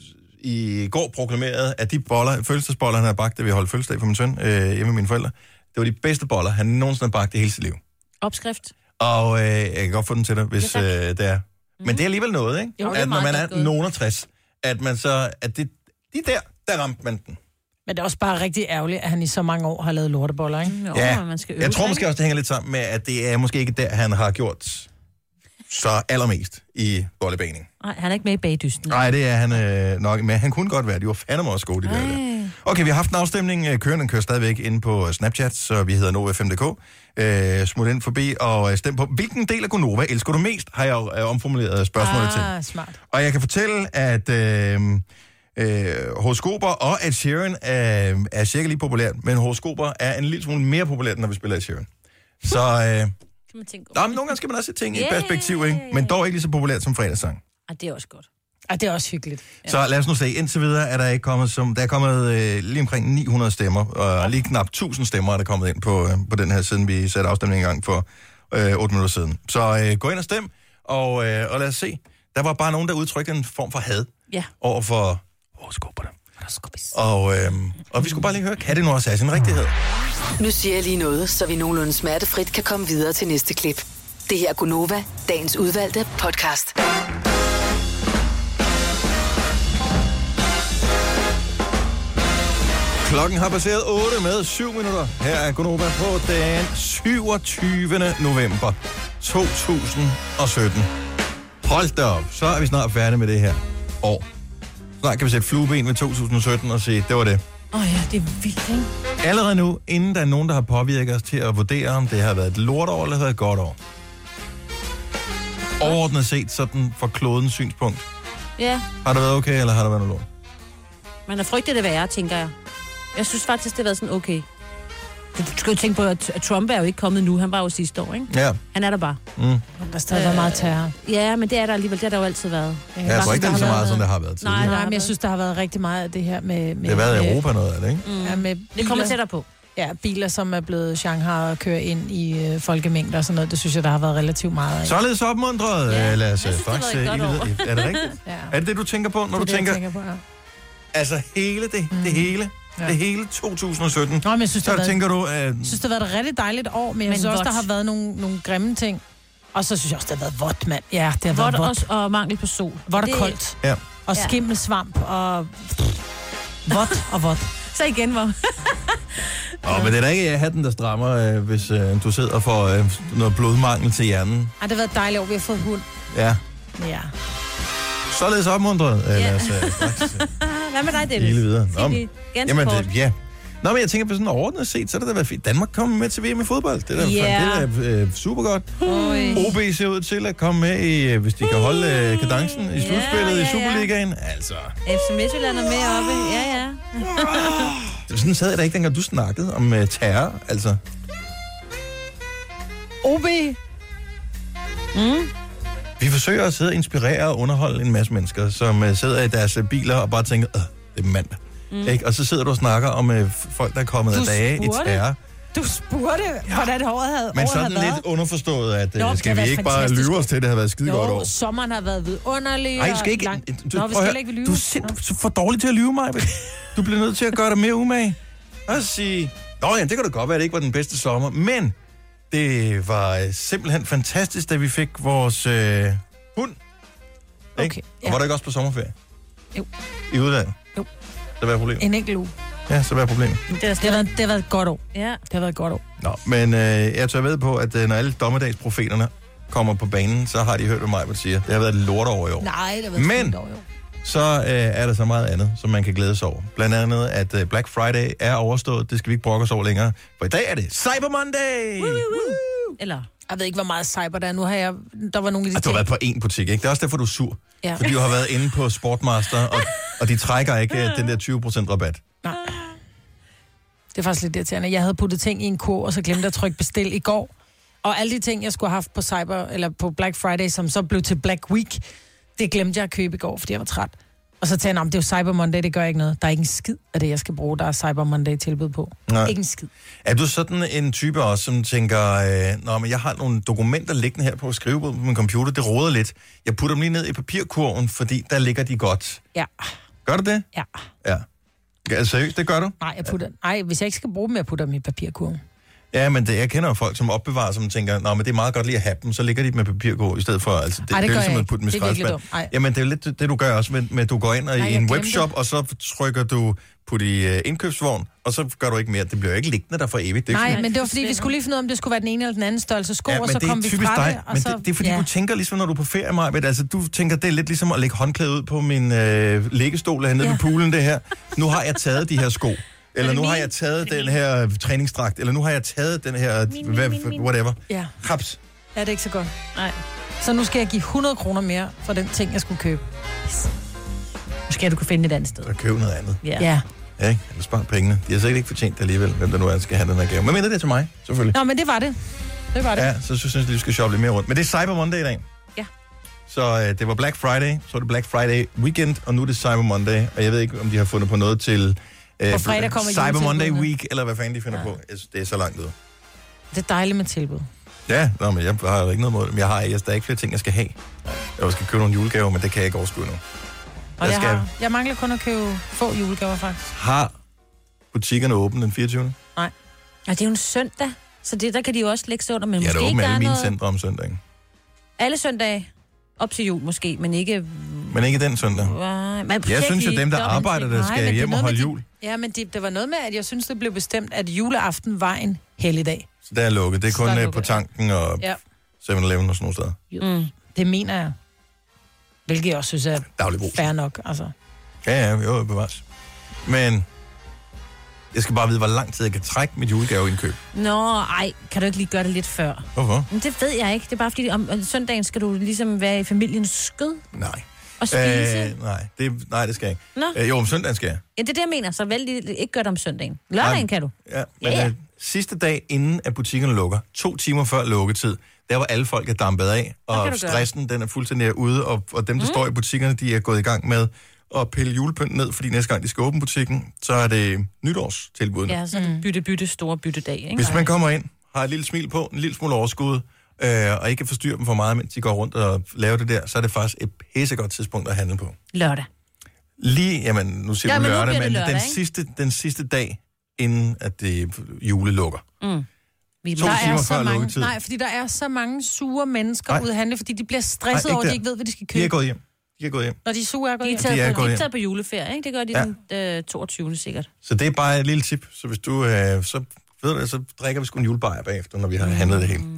I går proklamerede, at de boller, fødselsdagsboller, han har bagt, da vi holdt fødselsdag for min søn, øh, hjemme med mine forældre, var de bedste boller, han nogensinde har bagt i hele sit liv. Opskrift. Og øh, jeg kan godt få den til dig, hvis ja, øh, det er. Men det er alligevel noget, ikke? Jo, at når man er nogen og tres, at man så, at det, de der, der ramte man den. Men det er også bare rigtig ærgerligt, at han i så mange år har lavet lorteboller, ikke? Jo, ja, man skal øve jeg tror sig, måske også, det hænger lidt sammen med, at det er måske ikke der, han har gjort så allermest i bollebagning. Nej, han er ikke med i bagdysten. Nej, det er han øh, nok, men han kunne godt være. De var fandme også gode, de der, der. Okay, vi har haft en afstemning. Køren, den kører stadigvæk inde på Snapchat, så vi hedder Nova fem punktum d k. Øh, smut ind forbi og stem på, hvilken del af Gonova elsker du mest, har jeg jo øh, omformuleret spørgsmålet til. Ah, smart. Og jeg kan fortælle, at øh, øh, horoskoper og Ed Sheeran øh, er cirka lige populært, men horoskoper er en lille smule mere populært, når vi spiller Ed Sheeran. Så øh, man tænke nå, men nogle gange skal man også se ting i yeah, et perspektiv, ikke? Men dog ikke lige så populært som fredagssang. Ah, det er også godt. Ah, det er også hyggeligt. Ja. Så lad os nu se. Indtil videre er der ikke kommet som... Der er kommet øh, lige omkring ni hundrede stemmer, og lige knap tusind stemmer er der kommet ind på, øh, på den her, siden vi satte afstemningen i gang for øh, otte minutter siden. Så øh, gå ind og stem, og, øh, og lad os se. Der var bare nogen, der udtrykte en form for had ja. over for horoskoperne. Og, øh, og vi skulle bare lige høre, kan det nu også have sin rigtighed? Nu siger jeg lige noget, så vi nogenlunde smertefrit kan komme videre til næste klip. Det her er Gonova, dagens udvalgte podcast. Klokken har passeret otte med syv minutter. Her er Gonova på den syvogtyvende november to tusind og sytten. Hold da op, så er vi snart færdige med det her år. Snart kan vi sætte flueben med to tusind og sytten og sige, det var det. Åh oh ja, det er vildt, ikke? Allerede nu, inden der er nogen, der har påvirket os til at vurdere, om det har været et lortår eller et godt år. Overordnet set, sådan fra klodens synspunkt. Ja. Har det været okay, eller har det været noget lort? Man har frygtet det værre, tænker jeg. Jeg synes faktisk, det har været sådan okay. Du skal jo tænke på, at Trump er jo ikke kommet nu. Han var jo sidste år, ikke? Ja. Han er der bare. Mm. Der har stadig været meget terror. Ja, men det er der alligevel. Det har der jo altid været. Jeg, jeg tror ikke, det er så meget, som det har været tidligere. Nej, nej, men jeg synes, der har været rigtig meget af det her med... med det har været i Europa noget af det, ikke? Mm. Ja, med biler, det kommer tættere på. Ja, biler, som er blevet Shanghai og kører ind i øh, folkemængder og sådan noget. Det synes jeg, der har været relativt meget af. Således opmuntret, ja, lad os faktisk... Det er det rigtigt? Ja. Er det det, du tænker på, når det du det, tænker... tænker på, ja. Altså hele det, mm. det hele... Ja. Det hele to tusind og sytten. Nå, men jeg synes, så været, tænker du, at... Jeg synes, det har været et rigtig dejligt år, men, men jeg synes også, der har været nogle, nogle grimme ting. Og så synes jeg også, det har været vådt, mand. Ja, det har vådt været vådt. Og, og mangel på sol. Vådt og det... koldt. Ja. Og skimmelsvamp og... vådt og vådt. Så igen, hvor... Åh, men det er da ikke hatten, der strammer, øh, hvis øh, du sidder og får øh, noget blodmangel til hjernen. Ej, det har været et dejligt år, vi har fået hund. Ja. Ja. Således opmuntret. Ja. Lad os øh, straks... Hvad med dig, Dennis? Hele videre. Nå, det jamen, det, ja. Nå, men jeg tænker på sådan overordnet set, så er det da været fint. Danmark kommer med til V M i fodbold. Det er da, yeah. det er, øh, super godt. O B ser ud til at komme med, i, hvis de kan holde øh, kadencen i slutspillet yeah, yeah, i Superligaen. Altså. F C Midtjylland er med oppe. Ja, ja. Sådan sad jeg da ikke, dengang du snakkede om uh, terror. Altså. O B. Mm. Vi forsøger at sidde og inspirere og underholde en masse mennesker, som uh, sidder i deres uh, biler og bare tænker, øh, det er mandag. Mm. Ikke? Og så sidder du og snakker om uh, folk, der er kommet du af dage i terror. Du spurgte, ja. hvordan året havde Men året sådan havde lidt underforstået, at Nå, skal vi ikke bare lyve os til, det har været skide jo, godt år. sommeren har været vidunderlig. Nej, du skal ikke... Lang... Du, Nå, vi skal ikke lyve. Du er simpelthen for dårlig til at lyve mig. Du bliver nødt til at gøre dig mere umage. Og sige, nå ja, det kan da godt være, at det ikke var den bedste sommer, men det var simpelthen fantastisk, da vi fik vores øh, hund. Okay, ikke? ja. Og var du ikke også på sommerferie? Jo. I udlandet? Jo. Så hvad er problemet? En enkelt uge. Ja, så hvad er problemet? Det, det, har været, det har været et godt år. Ja. Det har været et godt år. Nå, men øh, jeg tør ved på, at øh, når alle dommedagsprofeterne kommer på banen, så har de hørt, hvad mig siger. Det har været et lortår i år. Nej, det har været men, et år i år. Så øh, er der så meget andet, som man kan glæde sig over. Blandt andet, at øh, Black Friday er overstået. Det skal vi ikke brokke os over længere. For i dag er det Cyber Monday! Woo, woo, woo. Eller? Jeg ved ikke, hvor meget cyber der er. Nu har jeg... Der var nogle af de ting... Du har været på én butik, ikke? Det er også derfor, du er sur. Ja. Fordi du har været inde på Sportmaster, og, og de trækker ikke den der tyve procent rabat. Nej. Det er faktisk lidt irriterende. Jeg havde puttet ting i en kurv, og så glemte jeg at trykke bestil i går. Og alle de ting, jeg skulle have haft på Cyber, eller på Black Friday, som så blev til Black Week, det glemte jeg at købe i går, fordi jeg var træt. Og så tænkte jeg, det er jo Cyber Monday, det gør ikke noget. Der er ikke en skid af det, jeg skal bruge, der er Cyber Monday tilbud på. Nej. Ikke en skid. Er du sådan en type også, som tænker, øh, nå, men jeg har nogle dokumenter liggende her på skrivebordet på min computer, det råder lidt. Jeg putter dem lige ned i papirkurven, fordi der ligger de godt. Ja. Gør du det? Ja. Ja. Ja, seriøst, det gør du? Nej, jeg putter, nej, hvis jeg ikke skal bruge dem, jeg putter dem i papirkurven. Ja, men det, jeg kender jo folk, som opbevarer, som tænker, nå, men det er meget godt lige at have dem, så ligger de dem med papirkurv i stedet for, altså det, Ej, det, det er gør ligesom jeg at putte dem i ikke. Det er virkelig skraldespand. dumt. Ej. Jamen, det er jo lidt det, det, du gør også med, med at du går ind og, Ej, i jeg en glemte webshop, det. og så trykker du på i uh, indkøbsvogn, og så gør du ikke mere. Det bliver jo ikke liggende der for evigt. Det er Nej, sådan, men det var fordi, vi skulle lige finde ud af, om det skulle være den ene eller den anden størrelse sko, ja, og men så det er kom vi typisk fra dig, det. Og men så, det, det er fordi, ja. du tænker ligesom, når du er på ferie, Maj, altså du tænker, det er lidt ligesom at lægge håndklæde ud på min øh, liggestol hernede ja. ved poolen, det her. Nu har jeg taget de her sko. Eller nu har jeg taget den her træningsdragt, eller nu har jeg taget den her, whatever. Ja. Haps. Ja, det er ikke så godt. Nej. Så nu skal jeg give hundrede kroner mere for den ting, jeg skulle købe. Måske du kunne finde et andet sted. Så køb noget andet. Ja. Ja. Ja, ikke? Eller spar pengene. De har sikkert ikke fortjent det alligevel, hvem der nu er, der skal have den her gave. Men mindre det er til mig, selvfølgelig. Nå, men det var det. Det var det. Ja, så synes jeg, at du skal shoppe lidt mere rundt. Men det er Cyber Monday i dag. Ja. Så øh, det var Black Friday, så var det Black Friday weekend, og nu er det Cyber Monday. Og jeg ved ikke, om de har fundet på noget til øh, På fredag kommer Cyber Monday juletilbudene. week, eller hvad fanden de finder ja. på. Jeg synes, det er så langt ud. Det er dejligt med tilbud. Ja, nå, men jeg har jo ikke noget mod det. Men jeg har jeg, der er ikke flere ting, jeg skal have. Jeg skal købe nogle julegaver, men det kan jeg ikke overskue nu. Og jeg, skal... har, jeg mangler kun at købe få julegaver, faktisk. Har butikkerne åbent den fireogtyvende? Nej. Og det er jo en søndag, så det, der kan de jo også lægge sig under. Men Ja, måske det er ikke, åbent der alle er mine noget... centre om søndagen. Alle søndage op til jul måske, men ikke... Men ikke den søndag. Uh, men Jeg synes jo, dem, der arbejder, der skal Nej, men hjem det er og noget holde med jul. De, ja, men det, det var noget med, at jeg synes, det blev bestemt, at juleaften var en helligdag. Så der er lukket. Det er kun Så er øh, lukket, på tanken og Ja. syv eleven og sådan noget steder. Mm. Det mener jeg. Hvilket jeg også synes er Daglig brug. fair nok, altså. Ja, ja, jo, bevares. Men jeg skal bare vide, hvor lang tid jeg kan trække mit julegaveindkøb. Nå, ej, kan du ikke lige gøre det lidt før? Hvorfor? Men det ved jeg ikke. Det er bare fordi, om, om søndagen skal du ligesom være i familiens skød Nej. og spise. Øh, nej, det, nej, det skal jeg ikke. Nå. Øh, jo, om søndagen skal jeg. Ja, det er det, jeg mener. Så vældig ikke gør det om søndagen. Lørdagen Nej. kan du. Ja, men Ja, ja. Øh, sidste dag inden, at butikkerne lukker, to timer før lukketid, der var alle folk er dampet af, kan og du gøre. stressen, den er fuldstændig ude, og, og dem, der mm. står i butikkerne, de er gået i gang med at pille julepynt ned, fordi næste gang de skal åbne butikken, så er det nytårstilbudene. Ja, så er det bytte-bytte, store byttedag, ikke? Hvis man kommer ind, har et lille smil på, en lille smule overskud, øh, og ikke kan forstyrre dem for meget, mens de går rundt og laver det der, så er det faktisk et pissegodt tidspunkt at handle på. Lørdag. Lige, jamen nu siger Ja, du men nu lørdag, bliver det men lørdag, den, ikke? sidste, den sidste dag, inden at det jule lukker. Mm. Vi To Der timer er så før mange, lukketid. nej, fordi der er så mange sure mennesker Nej. ude at handle, fordi de bliver Nej, stresset ikke over, at de der. ikke ved, hvad de skal De er købe. gået hjem. De er gået hjem. Når de er sure er gået De er hjem. taget, De er på, gået de hjem. er taget på juleferie, ikke? Det gør de Ja. den øh, toogtyvende sikkert. Så det er bare et lille tip. Så hvis du, øh, så ved du, så drikker vi sgu en julebajer bagefter, når vi har handlet det hele.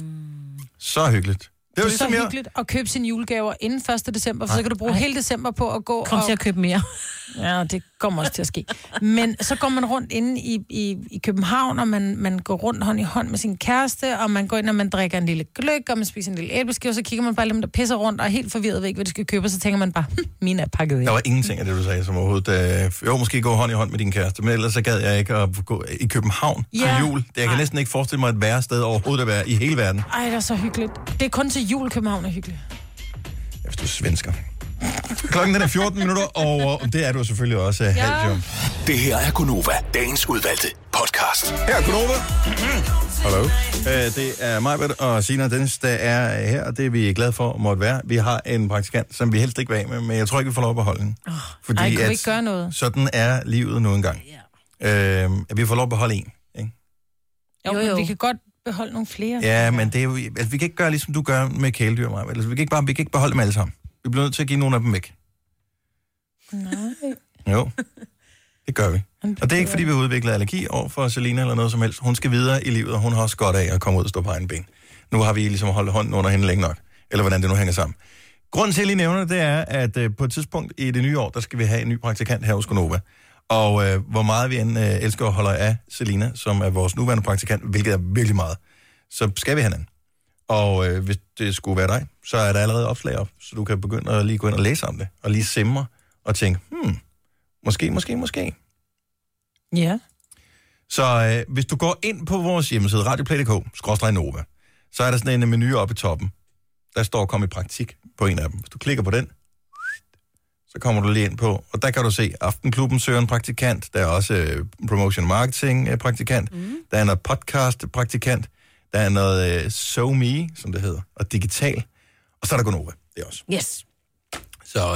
Så hyggeligt. Det var Det er så ligesom jeg. hyggeligt at købe sine julegaver inden første december, for Nej. så kan du bruge hele december på at gå Kom og... til at købe mere. Ja, det kommer også til at ske. Men så går man rundt inde i, i, i København, og man, man går rundt hånd i hånd med sin kæreste, og man går ind, og man drikker en lille gløgg, og man spiser en lille æbleskive, og så kigger man på alle dem, der pisser rundt, og er helt forvirret ved ikke, hvad de skal købe, og så tænker man bare, hm, mine er pakket ind. Der var ingenting af det, du sagde, som overhovedet... Øh, jo, måske gå hånd i hånd med din kæreste, men ellers så gad jeg ikke at gå i København Ja. til jul. Det, jeg kan Ej. næsten ikke forestille mig et værre sted overhovedet at være i hele verden. Ej, det er så hyggeligt. Det er kun til jul, København er hyggeligt. Ja, hvis du er svensker. Klokken den er fjorten minutter over, og det er du selvfølgelig også ja. halvt jo. Det her er Gunova, dagens udvalgte podcast. Her er Gunova. Hallo. Øh, det er Majbert og Sina og Dennis, der er her, og det er vi glade for at måtte være. Vi har en praktikant, som vi helst ikke vil af med, men jeg tror ikke, vi får lov at beholde den. Oh, fordi ej, kunne vi ikke gøre noget? Sådan er livet nu engang. Yeah. Øh, at vi får lov at beholde en, ikke? Jo, jo, jo. Vi kan godt beholde nogle flere. Ja, men det er jo, altså, vi kan ikke gøre, ligesom du gør med kæledyr, Maja. Altså, vi kan ikke bare, vi kan ikke beholde dem alle sammen. Vi bliver nødt til at give nogle af dem væk. Nej. Jo, det gør vi. Og det er ikke, fordi vi har udviklet allergi over for Selina eller noget som helst. Hun skal videre i livet, og hun har også godt af at komme ud og stå på egen ben. Nu har vi ligesom holdt hånden under hende længe nok. Eller hvordan det nu hænger sammen. Grunden til, at jeg lige nævner det, det er, at øh, på et tidspunkt i det nye år, der skal vi have en ny praktikant her hos Gunova. Og øh, hvor meget vi end øh, elsker og holder af Selina, som er vores nuværende praktikant, hvilket er virkelig meget, så skal vi have den. Og øh, hvis det skulle være dig, så er der allerede opslag op, så du kan begynde at lige gå ind og læse om det, og lige simre og tænke, hmm, måske, måske, måske. Ja. Så øh, hvis du går ind på vores hjemmeside, radioplay punktum d k skråstreg nova, så er der sådan en menu oppe i toppen. Der står kom i praktik på en af dem. Hvis du klikker på den, så kommer du lige ind på, og der kan du se, Aftenklubben søger en praktikant, der er også øh, promotion marketing øh, praktikant, mm. der er noget podcast praktikant, der er noget øh, SoMe, som det hedder, og digital, og så er der Gunova, det er også. Yes. Så øhm,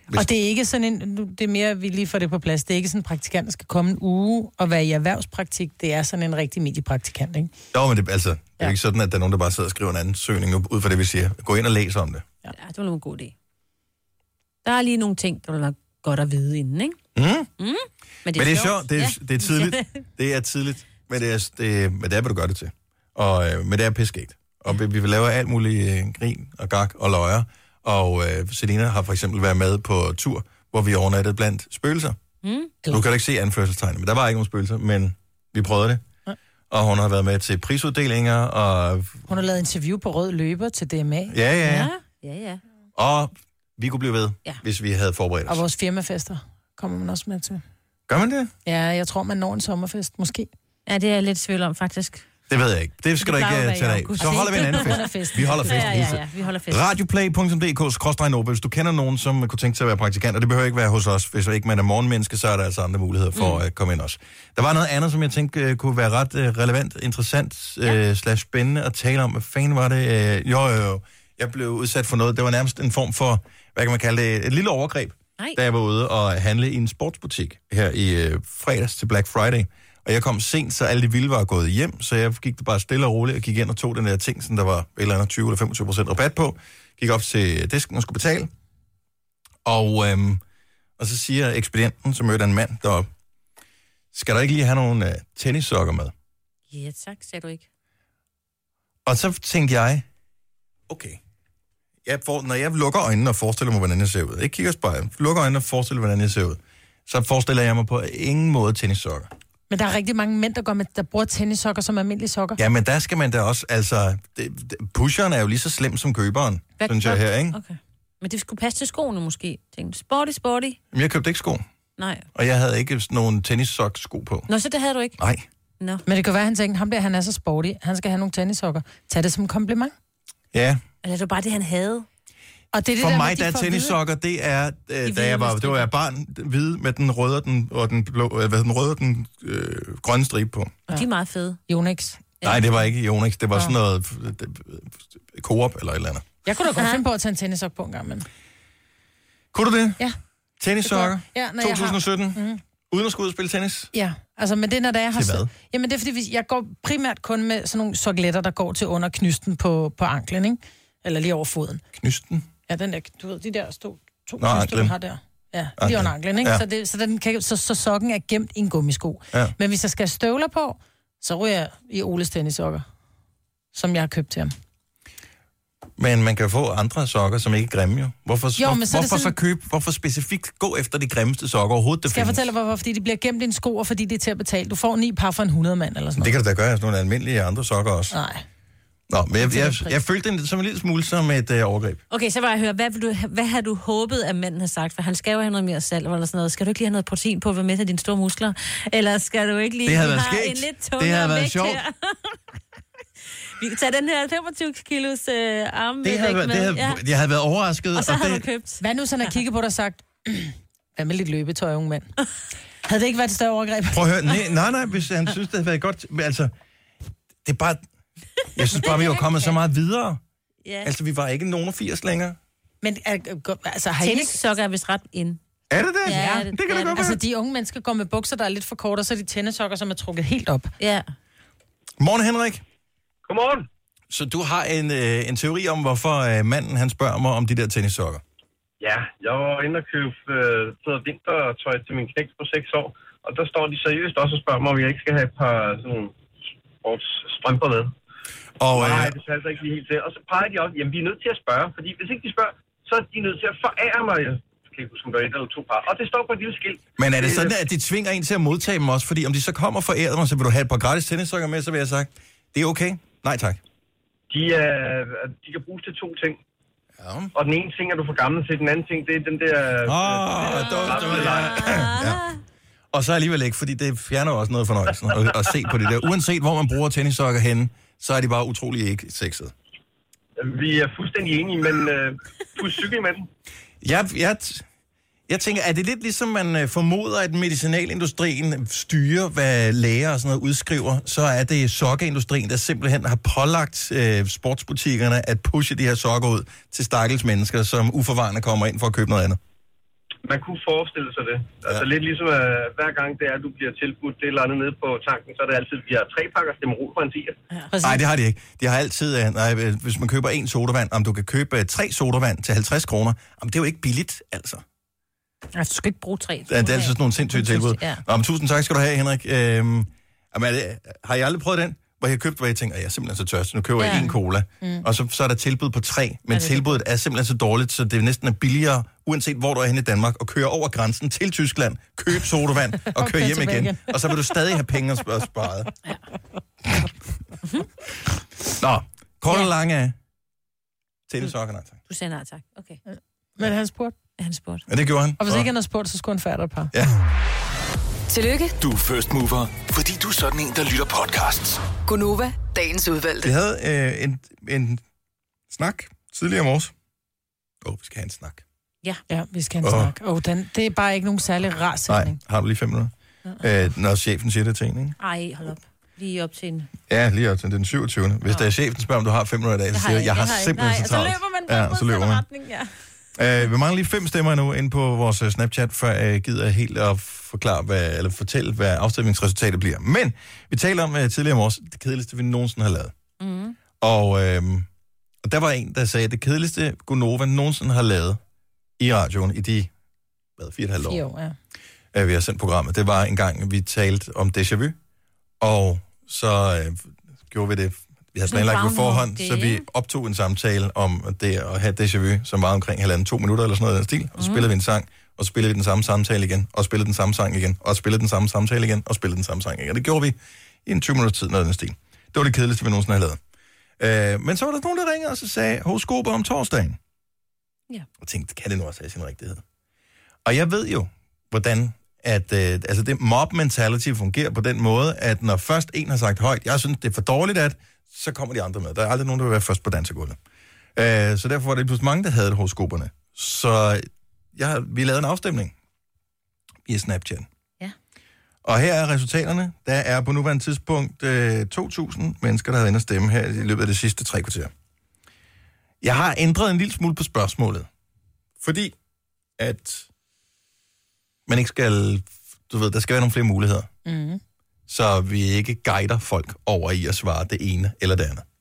Hvis... Og det er ikke sådan en, det er mere, vi lige får det på plads, det er ikke sådan en praktikant, der skal komme en uge og være i erhvervspraktik, det er sådan en rigtig mediepraktikant, ikke? Jo, men det, altså, det er ja. ikke sådan, at der er nogen, der bare sidder og skriver en ansøgning ud fra det, vi siger. Gå ind og læs om det. Ja, det var en god idé. Der er lige nogle ting, der vil være godt at vide inden, ikke? Mm. Mm. Men det er, men det er sjovt, det er, ja. det er tidligt. Det er tidligt, men det er, det, men det er, hvad du gør det til. Og, øh, men det er pissegægt. Og vi, vi vil lave alt muligt øh, grin og gak og løjer. Og øh, Selina har for eksempel været med på tur, hvor vi overnattede blandt spøgelser. Mm. Nu kan du ikke se anførselstegn, men der var ikke nogen spøgelser, men vi prøvede det. Ja. Og hun har været med til prisuddelinger, og... Hun har lavet interview på Rød Løber til D M A. Ja, ja, ja. ja, ja. Og vi kunne blive ved, ja. hvis vi havde forberedt os. Og vores firmafester kommer man også med til. Gør man det? Ja, jeg tror, man når en sommerfest, måske. Ja, det er jeg lidt tvivl om, faktisk. Det ved jeg ikke. Det skal det du ikke tage af. Så holder vi en anden fest. Vi holder fest. Ja, ja, ja. Vi holder fest. radioplay punktum d k skråstreg nobel. Hvis du kender nogen, som kunne tænke sig at være praktikant, og det behøver ikke være hos os. Hvis ikke man er morgenmenneske, så er der altså andre muligheder for mm. at komme ind også. Der var noget andet, som jeg tænkte kunne være ret relevant, interessant, ja. uh, slash spændende at tale om. Hvad fanden var det? Uh, jo, jo, jo. Jeg blev udsat for noget. Det var nærmest en form for, hvad kan man kalde det, et lille overgreb, Ej. da jeg var ude og handle i en sportsbutik her i uh, fredags til Black Friday. Og jeg kom sent, så alle de vilde var gået hjem, så jeg gik bare stille og roligt og gik ind og tog den der ting, som der var et eller andet tyve eller femogtyve procent rabat på. Gik op til disken og skulle betale. Og, øhm, og så siger ekspedienten, som mødte en mand deroppe, skal der ikke lige have nogle uh, tennissokker med? Ja, tak, sagde du ikke. Og så tænkte jeg, okay, jeg får, når jeg lukker øjnene og forestiller mig, hvordan jeg ser ud, ikke kigger bare, lukker øjnene og forestiller mig, hvordan jeg ser ud, så forestiller jeg mig på ingen måde tennissokker. Men der er rigtig mange mænd, der går med, der bruger tennissokker som almindelige sokker. Ja, men der skal man da også, altså, det, det, pusheren er jo lige så slem som køberen, Hvad synes jeg her, ikke? Okay. Men det skulle passe til skoene måske. Tænkte, sporty, sporty. Men jeg købte ikke sko. Nej. Og jeg havde ikke nogen tennissok-sko på. Nå, så det havde du ikke? Nej. Nå. Men det kan være, han tænkte, ham der, han er så sporty, han skal have nogle tennissokker. Tag det som kompliment. Ja. Eller det var bare det, han havde. Og det er det for der, mig, der er tennissokker, det er, øh, da jeg var, det var jeg barn, hvide med den røde og den, og den blå, hvad den røde og den øh, grønne stribe på. Ja. De er meget fede. Yonex. Ja. Nej, det var ikke Yonex, det var ja. sådan noget øh, Coop eller et eller andet. Jeg kunne da godt finde på at tage en tennissok på en gang, men... Kunne du det? Ja. Tennissokker? Ja, to tusind og sytten? Har... Mm. Uden at skulle ud og spille tennis? Ja, altså, men det er, når der jeg har... Til hvad? Jamen, det er, fordi jeg går primært kun med sådan nogle sokletter, der går til under knysten på, på anklen, ikke? Eller lige over foden. Knysten? Ja, den der, du ved, de der to, to Nå, knyster, du har der. Ja, anklen. lige under anklen, ikke? Ja. Så, det, så, den kan, så, så sokken er gemt i en gummisko. Ja. Men hvis jeg skal have støvler på, så ryger jeg i Oles tennissokker, som jeg har købt til ham. Men man kan få andre sokker, som ikke er grimme, jo. Hvorfor, Jo, hvor, men så er hvorfor det sådan- så købe, hvorfor specifikt gå efter de grimmeste sokker overhovedet, der Skal jeg findes? fortælle dig, hvorfor? Fordi de bliver gemt i en sko, og fordi det er til at betale. Du får ni par for en hundrede mand, eller sådan Det noget. kan du da gøre, sådan nogle almindelige andre sokker også. Nej. Nå, men jeg, Det er jeg, pris. jeg følte det som en lille smule som et øh, overgreb. Okay, så var jeg høre, hvad, vil du, hvad har du håbet, at manden har sagt? For han skal jo have noget mere salg, eller sådan noget. Skal du ikke lige have noget protein på at være med til dine store muskler? Eller skal du ikke lige Det havde været have skægt. en lidt Det tungere havde været vægt sjovt. her? Vi kan tage den her femogtyve kilos øh, arme Det havde, væk været- med. det havde, ja. Jeg havde været overrasket. Og så har det, du købt. Hvad nu, så når jeg kigger på dig og sagt, hvad med lidt løbetøj, unge mand? Havde det ikke været et større overgreb? Prøv at høre. Nej, nej, nej, hvis han synes, det havde været godt. Men altså, det er bare... Jeg synes bare, vi var kommet så meget videre. Ja. Altså, vi var ikke nogen af firs længere. Men altså, har I ikke... Tennissokker er vist ret ind. Er det det? Ja, det, det- det kan ja, da godt Altså, være. de unge mennesker går med bukser, der er lidt for korte, og så er de tennissokker, som er trukket helt op. Ja. Morgen, Henrik. Godmorgen. Så du har en, øh, en teori om, hvorfor øh, manden han spørger mig om de der tennissokker. Ja, jeg var inde og købe øh, noget vintertøj til min knægt på seks år, og der står de seriøst også og spørger mig, om jeg ikke skal have et par sådan, sportsstrømper med. Og, øh, Nej, det passer ikke lige helt til. Og så peger de op, jamen vi er nødt til at spørge, fordi hvis ikke de spørger, så er de nødt til at forære mig. Jeg kan ikke huske, om der er et eller to par. Og det står på et lille skilt. men er det sådan, at de tvinger en til at modtage dem også? Fordi om de så kommer og forærer mig, så vil du have et par gratis tennissokker med, så vil jeg sige, det er okay. Nej tak. De, er, de kan bruges til to ting. Ja. Og den ene ting er du for gammel til, den anden ting, det er den der... Åh, oh, ja. Og så alligevel ikke, fordi det fjerner også noget fornøjelsen at, at se på det der. Uanset hvor man bruger tennissokker henne, så er de bare utrolig ikke sexede. Vi er fuldstændig enige, men øh, du er cykel med den. Jeg, jeg, jeg tænker, er det lidt ligesom man øh, formoder, at medicinalindustrien styrer, hvad læger og sådan noget udskriver, så er det sokkeindustrien, der simpelthen har pålagt øh, sportsbutikkerne at pushe de her sokker ud til stakkels mennesker, som uforvarende kommer ind for at købe noget andet. man kunne forestille sig det. Altså lidt ligesom, at hver gang det er, at du bliver tilbudt det eller andet nede på tanken, så er det altid, at vi har tre pakker Stemmerol for en tier. Ja, nej, det har de ikke. De har altid, nej, hvis man køber en sodavand, om du kan købe tre sodavand til halvtreds kroner, jamen det er jo ikke billigt, altså. Altså, du skal ikke bruge tre. Ja, det er altså sådan nogle sindssyge tilbud. Ja. Nå, men tusind tak skal du have, Henrik. Øhm, jamen, er det, har I aldrig prøvet den? Hvor jeg har købt, hvor jeg tænker, jeg er simpelthen så tørstig. Nu køber ja. jeg en cola, mm. og så, så er der tilbud på tre. Men ja, tilbuddet er simpelthen så dårligt, så det er næsten billigere, uanset hvor du er henne i Danmark, at køre over grænsen til Tyskland, købe sodavand og køre hjem igen. igen. Og så vil du stadig have penge at spare. Ja. Nå, kort og ja. lang af tennissokker, nej tak. Du siger nej tak, okay. Ja. Men han spurgte? Ja, han spurgte. Ja, det gjorde han. Og hvis ikke han havde spurgt, så skulle han færdig et par. Ja. Tillykke. Du er first mover, fordi du er sådan en, der lytter podcasts. Gunova, dagens udvalgte. Vi havde øh, en, en snak tidligere om års. Åh, oh, vi skal have en snak. Ja, ja vi skal have en oh. snak. Oh, den, det er bare ikke nogen særlig rar sætning. Nej, har du lige fem minutter? Ja. Øh, når chefen siger det til en, ikke? Ej, hold op. Lige op til en. Ja, lige op til den syvogtyvende. Hvis der er chefen spørger, om du har fem minutter i dag, så siger jeg, jeg har simpelthen så travlt. Nej, så løber man ja, så løber man. retning, ja. Uh, vi mangler lige fem stemmer nu ind på vores uh, Snapchat, før jeg gider helt at forklare, hvad, eller fortælle, hvad afstemningsresultatet bliver. Men vi taler om uh, tidligere om års, det kedeligste, vi nogensinde har lavet. Mm. Og, uh, og der var en, der sagde, at det kedeligste Gunova nogensinde har lavet i radioen i de, hvad, fire og et halvt år, fire år ja. uh, vi har sendt programmet. Det var en gang, vi talte om déjà vu, og så uh, gjorde vi det. Vi havde planlagt på forhånd, så vi optog en samtale om det at have déjà vu, som var omkring halvanden to minutter eller sådan noget i den stil, og så spillede vi en sang, og så spillede vi den samme samtale igen, og spillede den samme sang igen, og spillede den samme samtale igen, og spillede den samme sang igen. Og det gjorde vi i en tyve minutter tid, noget i den stil. Det var det kedeligste, vi nogensinde havde lavet. Øh, men så var der nogen, der ringede og så sagde, horoskoper om torsdagen. Ja. Og tænkte, kan det nu også have sin rigtighed? Og jeg ved jo, hvordan at øh, altså det mob mentality fungerer på den måde, at når først en har sagt højt, jeg synes, det er for dårligt, at så kommer de andre med. Der er aldrig nogen, der vil være først på dansegulvet. Øh, så derfor var det pludselig mange, der havde horoskoperne. Så jeg, vi lavede en afstemning i Snapchat. Ja. Og her er resultaterne. Der er på nuværende tidspunkt øh, to tusind mennesker, der har været inde at stemme her i løbet af de sidste tre kvarter. Jeg har ændret en lille smule på spørgsmålet. Fordi at man ikke skal, du ved, der skal være nogle flere muligheder. Mhm. Så vi ikke guider folk over i at svare det ene eller det andet.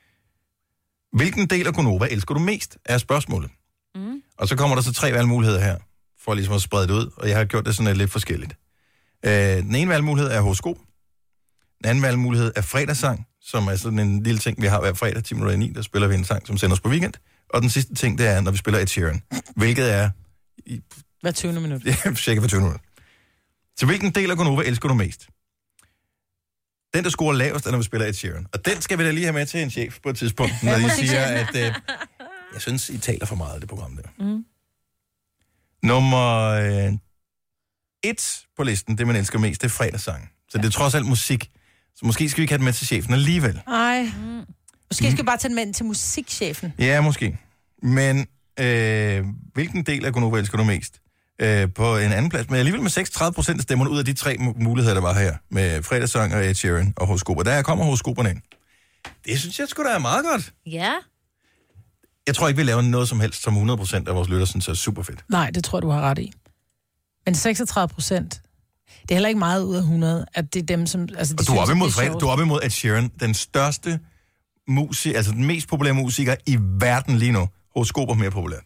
Hvilken del af Gunova elsker du mest, er spørgsmålet. Mm. Og så kommer der så tre valgmuligheder her, for ligesom at sprede det ud, og jeg har gjort det sådan lidt forskelligt. Øh, den ene valgmulighed er horoskop. Den anden valgmulighed er fredagssang, som er sådan en lille ting, vi har hver fredag, ti minutter i ni, der spiller vi en sang, som sendes på weekend. Og den sidste ting, det er, når vi spiller Ed Sheeran, hvilket er... I, hver tyvende minut. Ja, cirka hver tyvende minut. Så hvilken del af Gunova elsker du mest? Den, der scorer lavest, er, når vi spiller Ed Sheeran. Og den skal vi da lige have med til en chef på et tidspunkt, når de siger, at øh, jeg synes, I taler for meget af det program der. Mm. Nummer øh, et på listen, det man elsker mest, det er fredagssang. Så ja. Det er trods alt musik. Så måske skal vi ikke have den med til chefen alligevel. Nej. Mm. Måske skal vi bare tage den med til musikchefen. Ja, måske. Men øh, hvilken del af Gunova elsker du mest? Øh, på en anden plads, men alligevel med seksogtredive procent af stemmerne ud af de tre muligheder, der var her, med fredagssang og Ed Sheeran og horoskoper. Der kommer horoskoperne ind. Det synes jeg sgu da er meget godt. Ja. Jeg tror ikke, vi laver noget som helst, som hundrede procent af vores lytter synes er super fedt. Nej, det tror du har ret i. Men seksogtredive procent, det er heller ikke meget ud af hundrede, at det er dem, som... Altså, de og du er, op imod fredag, du er op imod Ed Sheeran, den største musik, altså den mest populære musiker i verden lige nu. Horoskoper mere populært.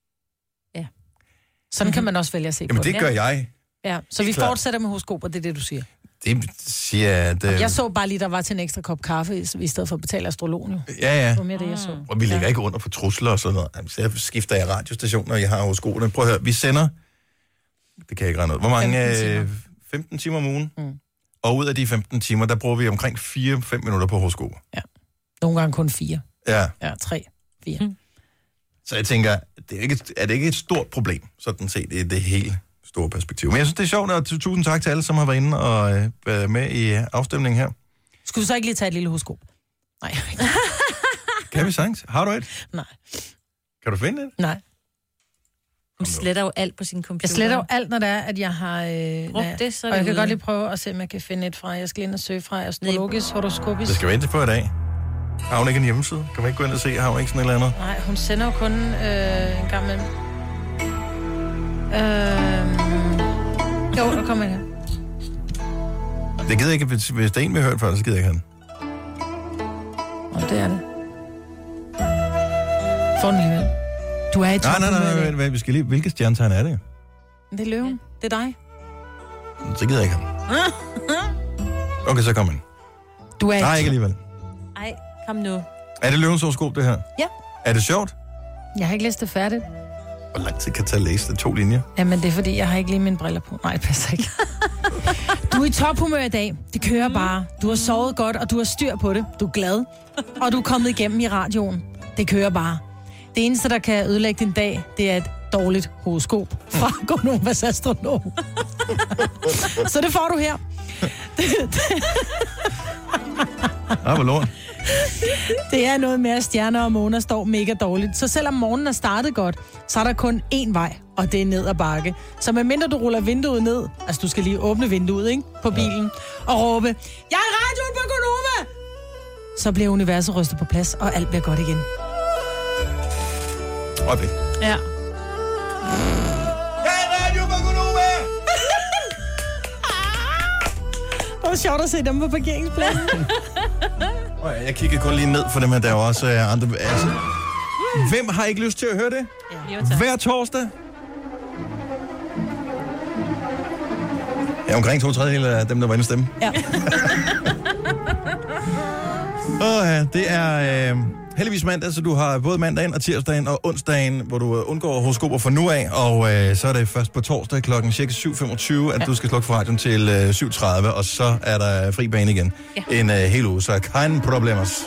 Sådan mm-hmm. kan man også vælge at se Jamen, på det gør jeg. Ja, så vi klar. fortsætter med horoskoper, det er det, du siger. Det siger jeg, at... Jeg så bare lige, der var til en ekstra kop kaffe, i stedet for at betale astrologen jo. Ja, ja. Det var mere det, jeg så. Og vi ligger ja. ikke under for trusler og sådan noget. Så jeg skifter jeg radiostationer, og jeg har horoskoperne. Prøv at høre, vi sender... Det kan jeg ikke regne ud. Hvor mange... femten timer, femten timer om ugen. Mm. Og ud af de femten timer, der bruger vi omkring fire til fem minutter på horoskoper. Ja. Nogle gange kun fire. Ja. Ja, tre, fire. Mm. Så jeg tænker, det er, ikke, er det ikke et stort problem, sådan set, i det hele store perspektiv. Men jeg synes, det er sjovt, og tusind tak til alle, som har været inde og øh, været med i afstemningen her. Skulle du så ikke lige tage et lille horoskop? Nej. Kan vi sagtens? Har du et? Nej. Kan du finde et? Nej. Hun sletter jo alt på sin computer. Jeg sletter jo alt, når det er, at jeg har... Øh, Brugt det, så og jeg kan godt lige prøve at se, om jeg kan finde et fra. Jeg skal ind og søge fra astrologisk horoskopis. Det skal vente på i dag. Har hun ikke en hjemmeside? Kan man ikke gå ind og se? Har hun ikke sådan et eller andet? Nej, hun sender jo kun øh, en gang med Øh... Jo, der kommer jeg her. Det gider jeg ikke, hvis, hvis der er en, vi har hørt før, så gider jeg ikke have den. Og det er det. Får den alligevel. Du er i Nej, nej, nej, nej, vi skal lige... Hvilke stjernetegn er det? Det er løven. Det er dig. Så gider jeg ikke have den. Okay, så kom ind. Du er Nej, ikke alligevel. Ej, kom nu. Er det løvens horoskop, det her? Ja. Er det sjovt? Jeg har ikke læst det færdigt. Hvor lang tid kan det tage at læse det? To linjer? Jamen, det er fordi, jeg har ikke lige mine briller på. Nej, det passer ikke. Du er i tophumør i dag. Det kører bare. Du har sovet godt, og du har styr på det. Du er glad. Og du er kommet igennem i radioen. Det kører bare. Det eneste, der kan ødelægge din dag, det er et dårligt horoskop fra Gonovas astronom. Så det får du her. Ah, hvor lort. Det er noget med, at stjerner og måner står mega dårligt. Så selvom morgenen er startet godt, så er der kun én vej, og det er ned ad bakke. Så medmindre du ruller vinduet ned, altså du skal lige åbne vinduet, ikke? På bilen, og råbe, jeg er i radioen på Gonova! Så bliver universet rystet på plads, og alt bliver godt igen. Okay. Ja. Det var sjovt at se dem på parkeringspladsen. Jeg kigger kun lige ned for dem her, der er også uh, andre... Altså, hvem har ikke lyst til at høre det? Ja. Hver torsdag? Ja, omkring to tredjedel af dem, der var inde stemme. Ja. Og ja, det er øh, heldigvis mandag, så du har både mandagen og tirsdagen og onsdagen, hvor du øh, undgår horoskoper fra nu af, og øh, så er det først på torsdag klokken cirka syv femogtyve, at ja. du skal slukke for radioen til øh, syv tredive, og så er der fri bane igen ja. en øh, hel uge, så kein problemers.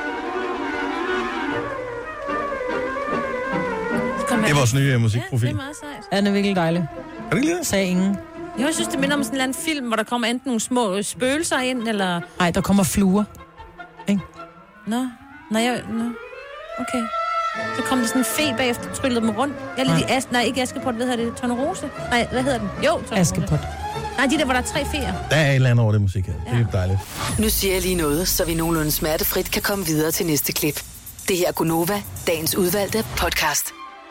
Det er vores nye øh, musikprofil. Ja, det er meget sejt. Ja, den er virkelig dejlig. Kan du ikke lide det? Sagde ingen. Jeg synes, det minder om sådan en eller anden film, hvor der kommer enten nogle små spøgelser ind, eller... Nej, der kommer fluer. Ikke? Nå, nej, jeg... Nå. Okay. Så kom der sådan en fe bagefter, tryllede dem rundt. Jeg er lidt i As... Nej, ikke Askepot, hvad hedder det? Tornerose? Nej, hvad hedder den? Jo, Tornerose. Askepot. Nej, de der, hvor der er tre feer. Der er et eller andet over det musik her. Ja. Det er dejligt. Nu siger jeg lige noget, så vi nogenlunde smertefrit kan komme videre til næste klip. Det her er Gonova, dagens udvalgte podcast.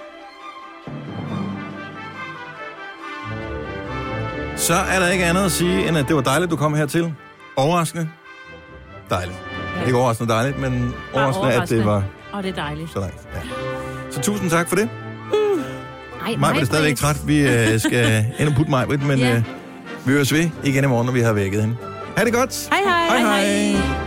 Så er der ikke andet at sige, end at det var dejligt, du kom hertil. Overraskende. Dejligt. Ja. Ikke overraskende dejligt, men overraskende, at det var... Og det er dejligt. Så langt, ja. Så tusind tak for det. Ej, Maj er stadigvæk træt. Vi øh, skal ind og putte mig, men ja. øh, vi høres ved igen i morgen, når vi har vækket hende. Ha' det godt. Hej hej. Hej hej. hej.